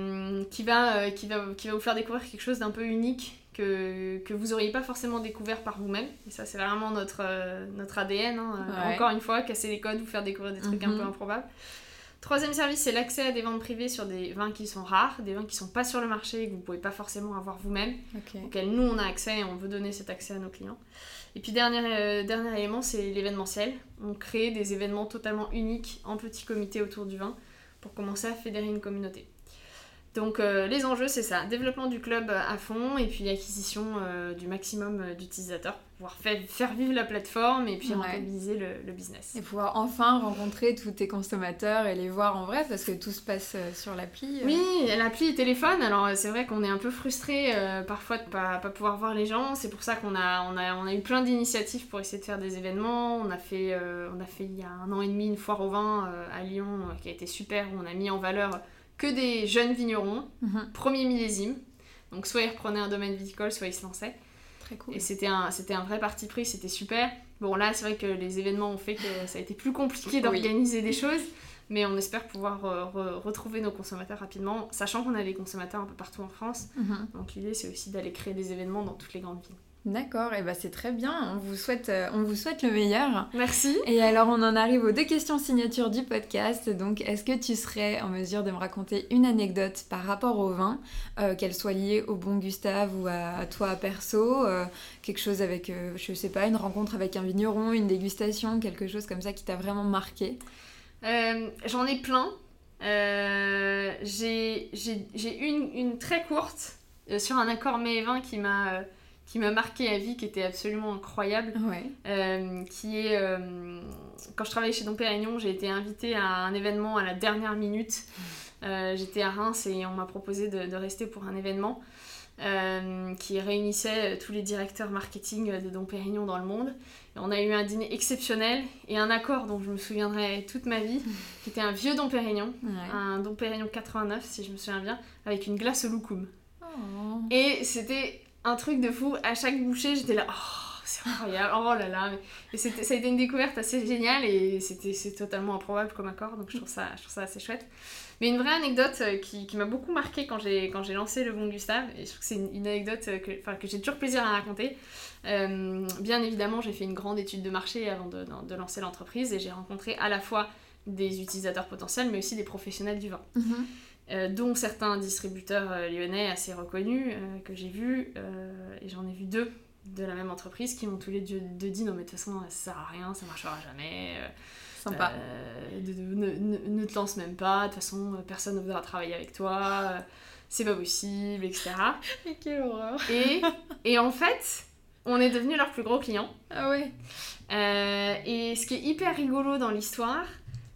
qui, va, euh, qui, va, qui va vous faire découvrir quelque chose d'un peu unique que, que vous n'auriez pas forcément découvert par vous-même. Et ça, c'est vraiment notre, euh, notre A D N. Hein. Ouais. Encore une fois, casser les codes, vous faire découvrir des trucs mm-hmm. un peu improbables. Troisième service, c'est l'accès à des ventes privées sur des vins qui sont rares, des vins qui ne sont pas sur le marché et que vous ne pouvez pas forcément avoir vous-même, okay. auxquels nous, on a accès et on veut donner cet accès à nos clients. Et puis, dernier, euh, dernier élément, c'est l'événementiel. On crée des événements totalement uniques en petits comités autour du vin pour commencer à fédérer une communauté. Donc euh, les enjeux, c'est ça, développement du club à fond et puis acquisition euh, du maximum d'utilisateurs pour pouvoir faire, faire vivre la plateforme et puis ouais. rentabiliser le, le business. Et pouvoir enfin rencontrer tous tes consommateurs et les voir en vrai parce que tout se passe euh, sur l'appli. Euh... Oui, l'appli téléphone, alors c'est vrai qu'on est un peu frustré euh, parfois de ne pas, pas pouvoir voir les gens, c'est pour ça qu'on a, on a, on a eu plein d'initiatives pour essayer de faire des événements. On a fait, euh, on a fait il y a un an et demi une foire au vin euh, à Lyon euh, qui a été super, où on a mis en valeur que des jeunes vignerons, mmh. premier millésime. Donc soit ils reprenaient un domaine viticole, soit ils se lançaient. Très cool. Et c'était un, c'était un vrai parti pris, c'était super. Bon là, c'est vrai que les événements ont fait que ça a été plus compliqué d'organiser oui. des choses, mais on espère pouvoir euh, re- retrouver nos consommateurs rapidement, sachant qu'on a des consommateurs un peu partout en France. Mmh. Donc l'idée, c'est aussi d'aller créer des événements dans toutes les grandes villes. D'accord, et bah c'est très bien, on vous souhaite, euh, on vous souhaite le meilleur. Merci. Et alors on en arrive aux deux questions signature du podcast. Donc est-ce que tu serais en mesure de me raconter une anecdote par rapport au vin, euh, qu'elle soit liée au Bon Gustave ou à, à toi perso, euh, quelque chose avec, euh, je sais pas, une rencontre avec un vigneron, une dégustation, quelque chose comme ça qui t'a vraiment marqué? euh, J'en ai plein. Euh, j'ai, j'ai, j'ai une, une très courte euh, sur un accord mets et vin qui m'a... Euh, qui m'a marqué à vie, qui était absolument incroyable, ouais. euh, qui est... Euh, quand je travaillais chez Dom Pérignon, j'ai été invitée à un événement à la dernière minute. Euh, j'étais à Reims et on m'a proposé de, de rester pour un événement euh, qui réunissait tous les directeurs marketing de Dom Pérignon dans le monde. Et on a eu un dîner exceptionnel et un accord dont je me souviendrai toute ma vie, qui était un vieux Dom Pérignon, ouais. un Dom Pérignon quatre-vingt-neuf, si je me souviens bien, avec une glace au loukoum. Oh. Et c'était... un truc de fou, à chaque bouchée j'étais là, oh c'est incroyable, oh là là, et c'était, ça a été une découverte assez géniale et c'était, c'est totalement improbable comme accord, donc je trouve ça, je trouve ça assez chouette. Mais une vraie anecdote qui, qui m'a beaucoup marquée quand j'ai, quand j'ai lancé le Bon Gustave, et je trouve que c'est une, une anecdote que, enfin, que j'ai toujours plaisir à raconter. Euh, bien évidemment, j'ai fait une grande étude de marché avant de, de, de lancer l'entreprise et j'ai rencontré à la fois des utilisateurs potentiels mais aussi des professionnels du vin. Mm-hmm. Euh, dont certains distributeurs euh, lyonnais assez reconnus euh, que j'ai vus, euh, et j'en ai vu deux de la même entreprise qui m'ont tous les deux dit non mais de toute façon ça sert à rien, ça marchera jamais, euh, sympa, euh, de, de, ne, ne, ne te lance même pas, de toute façon personne ne voudra travailler avec toi, euh, c'est pas possible, et cetera. Et quelle horreur. et, et en fait on est devenus leurs plus gros clients. Ah ouais. Euh, et ce qui est hyper rigolo dans l'histoire,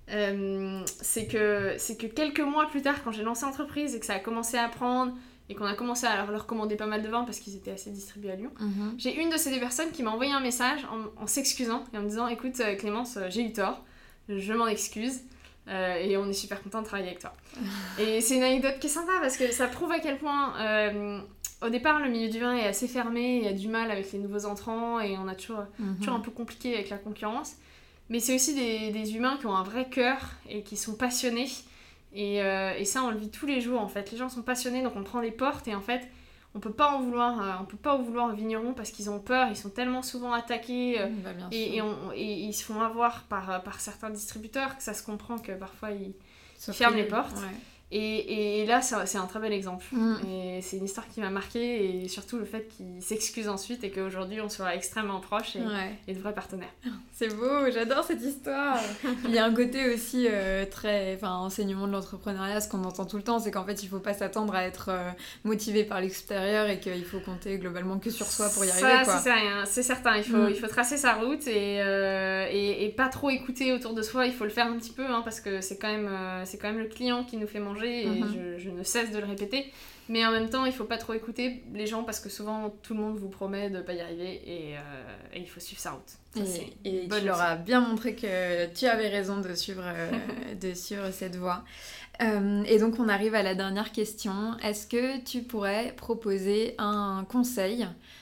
Euh, c'est que, c'est que quelques mois plus tard, quand j'ai lancé l'entreprise et que ça a commencé à prendre et qu'on a commencé à leur, leur commander pas mal de vins parce qu'ils étaient assez distribués à Lyon, mm-hmm. j'ai une de ces deux personnes qui m'a envoyé un message en, en s'excusant et en me disant « Écoute Clémence, j'ai eu tort, je m'en excuse euh, et on est super content de travailler avec toi. » Et c'est une anecdote qui est sympa parce que ça prouve à quel point... Euh, au départ, le milieu du vin est assez fermé, il y a du mal avec les nouveaux entrants et on a toujours, mm-hmm. toujours un peu compliqué avec la concurrence. Mais c'est aussi des, des humains qui ont un vrai cœur et qui sont passionnés. Et, euh, et ça, on le vit tous les jours, en fait. Les gens sont passionnés, donc on prend des portes. Et en fait, on peut pas en vouloir, euh, on peut pas en vouloir aux vignerons parce qu'ils ont peur. Ils sont tellement souvent attaqués. Euh, bah, et, et, on, et ils se font avoir par, par certains distributeurs, que ça se comprend que parfois, ils, ils ferment les portes. Ouais. Et, et là, c'est, c'est un très bel exemple. Mm. Et c'est une histoire qui m'a marquée, et surtout le fait qu'ils s'excusent ensuite et qu'aujourd'hui on soit extrêmement proches et, ouais. et de vrais partenaires. C'est beau, j'adore cette histoire. Il y a un côté aussi euh, très, enfin, enseignement de l'entrepreneuriat, ce qu'on entend tout le temps, c'est qu'en fait il faut pas s'attendre à être euh, motivé par l'extérieur et qu'il faut compter globalement que sur soi pour y arriver. Ça, quoi. C'est, ça, hein, c'est certain, il faut, mm. il faut tracer sa route et, euh, et, et pas trop écouter autour de soi, il faut le faire un petit peu hein, parce que c'est quand même, euh, c'est quand même le client qui nous fait manger. Et mm-hmm. je, je ne cesse de le répéter, mais en même temps il faut pas trop écouter les gens parce que souvent tout le monde vous promet de pas y arriver et, euh, et il faut suivre sa route. Ça, et et tu leur as bien montré que tu avais raison de suivre, euh, de suivre cette voie. Euh, et donc on arrive à la dernière question. Est-ce que tu pourrais proposer un conseil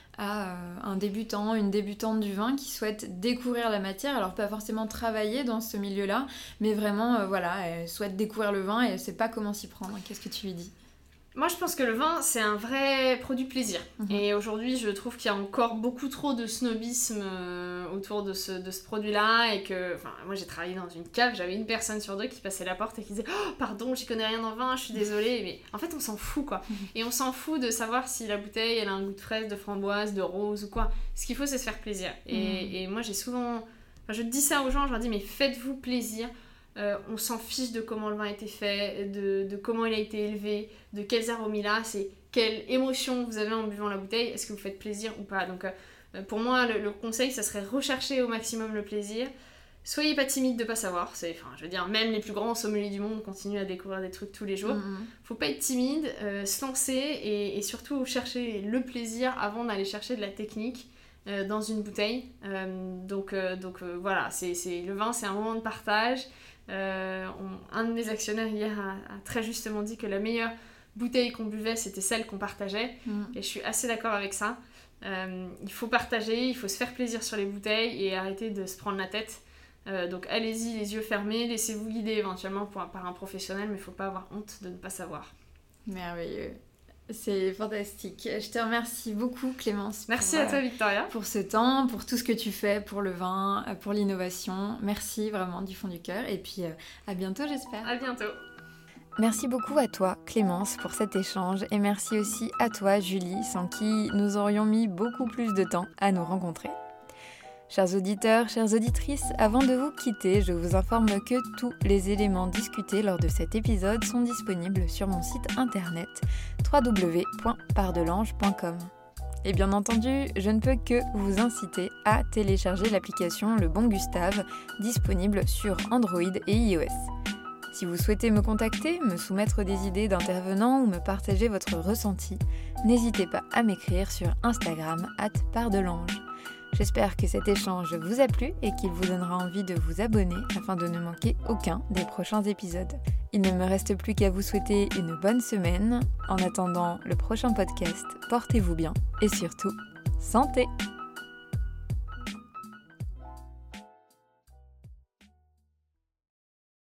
à un débutant, une débutante du vin qui souhaite découvrir la matière, alors pas forcément travailler dans ce milieu-là, mais vraiment, euh, voilà, elle souhaite découvrir le vin et elle sait pas comment s'y prendre. Qu'est-ce que tu lui dis ? Moi, je pense que le vin, c'est un vrai produit plaisir. Mmh. Et aujourd'hui, je trouve qu'il y a encore beaucoup trop de snobisme euh, autour de ce, de ce produit-là. Et que, enfin, moi, j'ai travaillé dans une cave, j'avais une personne sur deux qui passait la porte et qui disait oh, « Pardon, j'y connais rien en vin, je suis désolée. » Mais en fait, on s'en fout, quoi. Mmh. Et on s'en fout de savoir si la bouteille, elle a un goût de fraise, de framboise, de rose ou quoi. Ce qu'il faut, c'est se faire plaisir. Mmh. Et, et moi, j'ai souvent... Enfin, je dis ça aux gens, je leur dis « Mais faites-vous plaisir. » Euh, on s'en fiche de comment le vin a été fait, de, de comment il a été élevé, de quels arômes il a, c'est quelle émotion vous avez en buvant la bouteille, est-ce que vous faites plaisir ou pas. Donc euh, pour moi, le, le conseil, ça serait rechercher au maximum le plaisir. Soyez pas timide de pas savoir, c'est, enfin, je veux dire, même les plus grands sommeliers du monde continuent à découvrir des trucs tous les jours. Mm-hmm. Faut pas être timide, euh, se lancer et, et surtout chercher le plaisir avant d'aller chercher de la technique euh, dans une bouteille. Euh, donc euh, donc euh, voilà, c'est, c'est, le vin, c'est un moment de partage. Euh, on, un de mes actionnaires hier a, a très justement dit que la meilleure bouteille qu'on buvait c'était celle qu'on partageait mmh. et je suis assez d'accord avec ça. Euh, il faut partager, il faut se faire plaisir sur les bouteilles et arrêter de se prendre la tête. Euh, donc allez-y les yeux fermés, laissez-vous guider éventuellement pour, par un professionnel, mais il ne faut pas avoir honte de ne pas savoir. Merveilleux. C'est fantastique. Je te remercie beaucoup, Clémence. Merci pour, à toi, Victoria. Pour ce temps, pour tout ce que tu fais pour le vin, pour l'innovation. Merci vraiment du fond du cœur. Et puis, à bientôt, j'espère. À bientôt. Merci beaucoup à toi, Clémence, pour cet échange. Et merci aussi à toi, Julie, sans qui nous aurions mis beaucoup plus de temps à nous rencontrer. Chers auditeurs, chères auditrices, avant de vous quitter, je vous informe que tous les éléments discutés lors de cet épisode sont disponibles sur mon site internet w w w point pardelange point com. Et bien entendu, je ne peux que vous inciter à télécharger l'application Le Bon Gustave, disponible sur Android et iOS. Si vous souhaitez me contacter, me soumettre des idées d'intervenants ou me partager votre ressenti, n'hésitez pas à m'écrire sur Instagram arobase pardelange. J'espère que cet échange vous a plu et qu'il vous donnera envie de vous abonner afin de ne manquer aucun des prochains épisodes. Il ne me reste plus qu'à vous souhaiter une bonne semaine. En attendant le prochain podcast, portez-vous bien et surtout, santé!